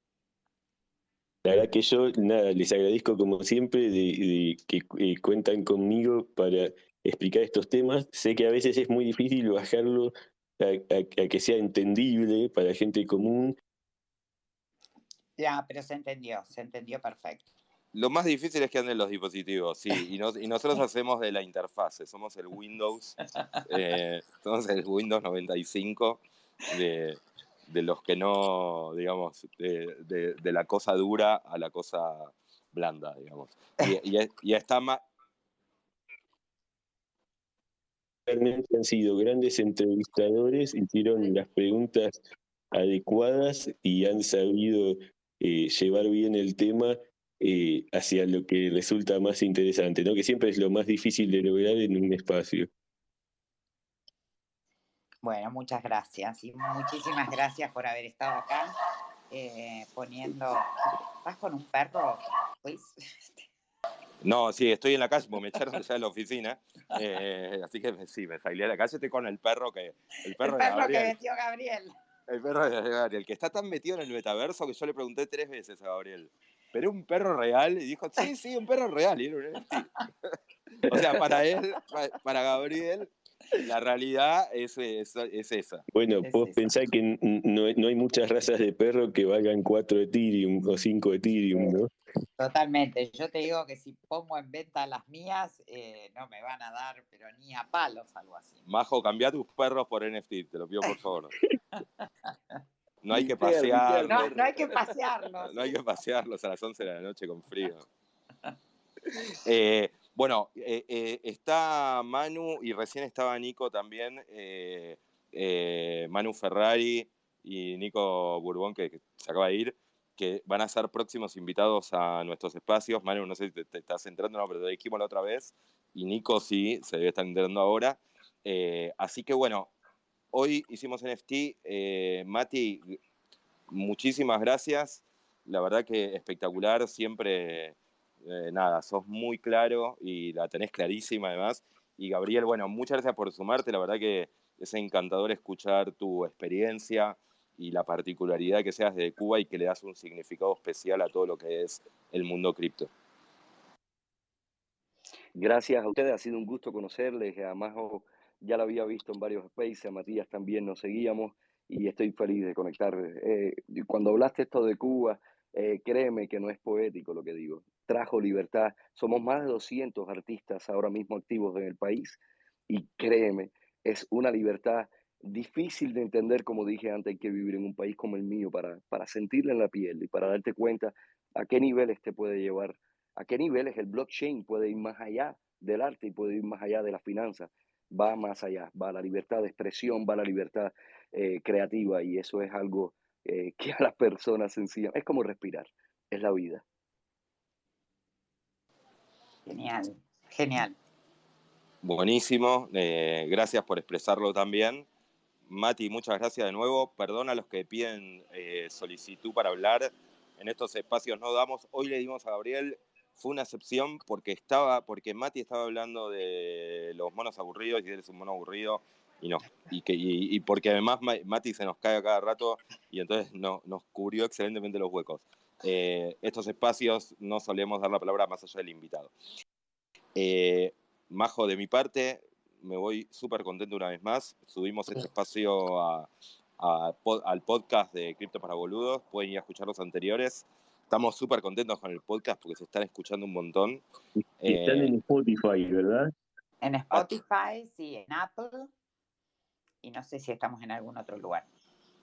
B: La verdad que yo, nada, les agradezco como siempre de que cuentan conmigo para explicar estos temas. Sé que a veces es muy difícil bajarlo a que sea entendible para gente común.
C: Ya, pero se entendió perfecto.
A: Lo más difícil es que anden los dispositivos, sí, y nosotros hacemos de la interfase, somos el Windows 95 de los que no, digamos, de la cosa dura a la cosa blanda, digamos. Y está más...
B: Realmente han sido grandes entrevistadores, hicieron las preguntas adecuadas y han sabido llevar bien el tema hacia lo que resulta más interesante, ¿no? Que siempre es lo más difícil de lograr en un espacio.
C: Bueno, muchas gracias y muchísimas gracias por haber estado acá poniendo... ¿Estás con un perro, Luis?
A: No, sí, estoy en la calle, porque me echaron ya de la oficina, así que sí, me salí a la calle, estoy con el perro que...
C: El perro que metió Gabriel.
A: El perro de Gabriel, que está tan metido en el metaverso que yo le pregunté 3 veces a Gabriel, ¿pero un perro real? Y dijo, sí, un perro real, y era un NFT. O sea, para él, para Gabriel, la realidad es esa.
B: Bueno, vos pensás que no hay muchas razas de perro que valgan 4 Ethereum o 5 Ethereum, ¿no?
C: Totalmente. Yo te digo que si pongo en venta las mías, no me van a dar, pero ni a palos, algo así.
A: Majo, cambiá tus perros por NFT, te lo pido por favor. No hay que pasearlos.
C: No hay que pasearlos.
A: No hay que pasearlos a las 11 de la noche con frío. Bueno, está Manu y recién estaba Nico también, Manu Ferrari y Nico Bourbon, que se acaba de ir, que van a ser próximos invitados a nuestros espacios. Manu, no sé si te estás entrando, no, pero te dijimos la otra vez, y Nico sí, se debe estar entrando ahora. Así que bueno, hoy hicimos NFT. Mati, muchísimas gracias. La verdad que espectacular, siempre, nada, sos muy claro y la tenés clarísima además. Y Gabriel, bueno, muchas gracias por sumarte, la verdad que es encantador escuchar tu experiencia y la particularidad que seas de Cuba y que le das un significado especial a todo lo que es el mundo cripto.
D: Gracias a ustedes, ha sido un gusto conocerles. A Majo ya la había visto en varios spaces, a Matías también nos seguíamos y estoy feliz de conectar. Cuando hablaste esto de Cuba, créeme que no es poético lo que digo. Trajo libertad. Somos más de 200 artistas ahora mismo activos en el país y créeme, es una libertad difícil de entender, como dije antes, hay que vivir en un país como el mío para sentirla en la piel y para darte cuenta a qué niveles te puede llevar, a qué niveles el blockchain puede ir más allá del arte y puede ir más allá de la finanza. Va más allá, va a la libertad de expresión, va a la libertad creativa y eso es algo que a las personas sencillas, es como respirar, es la vida.
C: Genial, genial.
A: Buenísimo, gracias por expresarlo también. Mati, muchas gracias de nuevo. Perdón a los que piden solicitud para hablar. En estos espacios no damos. Hoy le dimos a Gabriel, fue una excepción porque Mati estaba hablando de los monos aburridos y él es un mono aburrido y porque además Mati se nos cae a cada rato y entonces nos cubrió excelentemente los huecos. Estos espacios no solemos dar la palabra más allá del invitado. Majo, de mi parte, me voy súper contento una vez más. Subimos este espacio al podcast de Cripto para Boludos. Pueden ir a escuchar los anteriores. Estamos súper contentos con el podcast porque se están escuchando un montón.
B: Están en Spotify, ¿verdad?
C: En Spotify, sí, en Apple. Y no sé si estamos en algún otro lugar.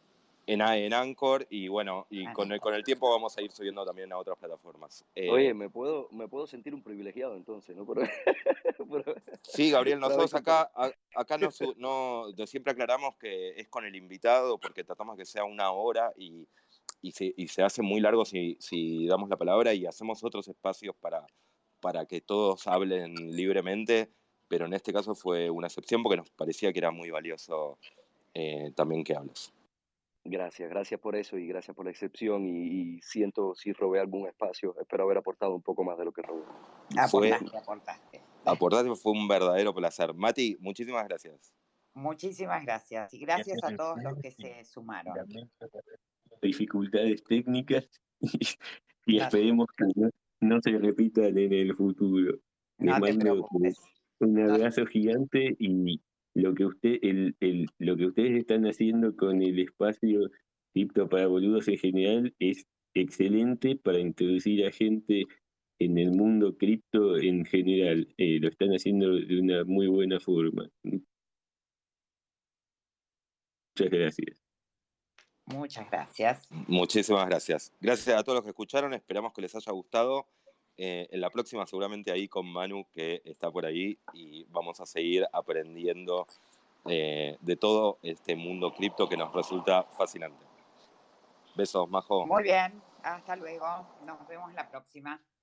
A: en Anchor, y bueno, y con el tiempo vamos a ir subiendo también a otras plataformas.
D: Oye, me puedo sentir un privilegiado entonces, ¿no?
A: Sí, Gabriel, nosotros acá siempre aclaramos que es con el invitado, porque tratamos que sea una hora y se hace muy largo si damos la palabra, y hacemos otros espacios para que todos hablen libremente, pero en este caso fue una excepción porque nos parecía que era muy valioso también que hables.
D: Gracias por eso y gracias por la excepción y siento si robé algún espacio, espero haber aportado un poco más de lo que robé.
C: Aportaste.
A: Fue un verdadero placer. Mati, muchísimas gracias.
C: Muchísimas gracias y gracias a todos los que se sumaron.
B: Dificultades técnicas y esperemos que no se repitan en el futuro. Les
C: No te
B: mando
C: preocupes.
B: un abrazo gigante, y lo que lo que ustedes están haciendo con el espacio Cripto para Boludos en general es excelente para introducir a gente en el mundo cripto en general. Lo están haciendo de una muy buena forma. Muchas gracias.
C: Muchas gracias.
A: Muchísimas gracias. Gracias a todos los que escucharon, esperamos que les haya gustado. En la próxima seguramente ahí con Manu, que está por ahí, y vamos a seguir aprendiendo de todo este mundo cripto que nos resulta fascinante. Besos, Majo.
C: Muy bien, hasta luego. Nos vemos la próxima.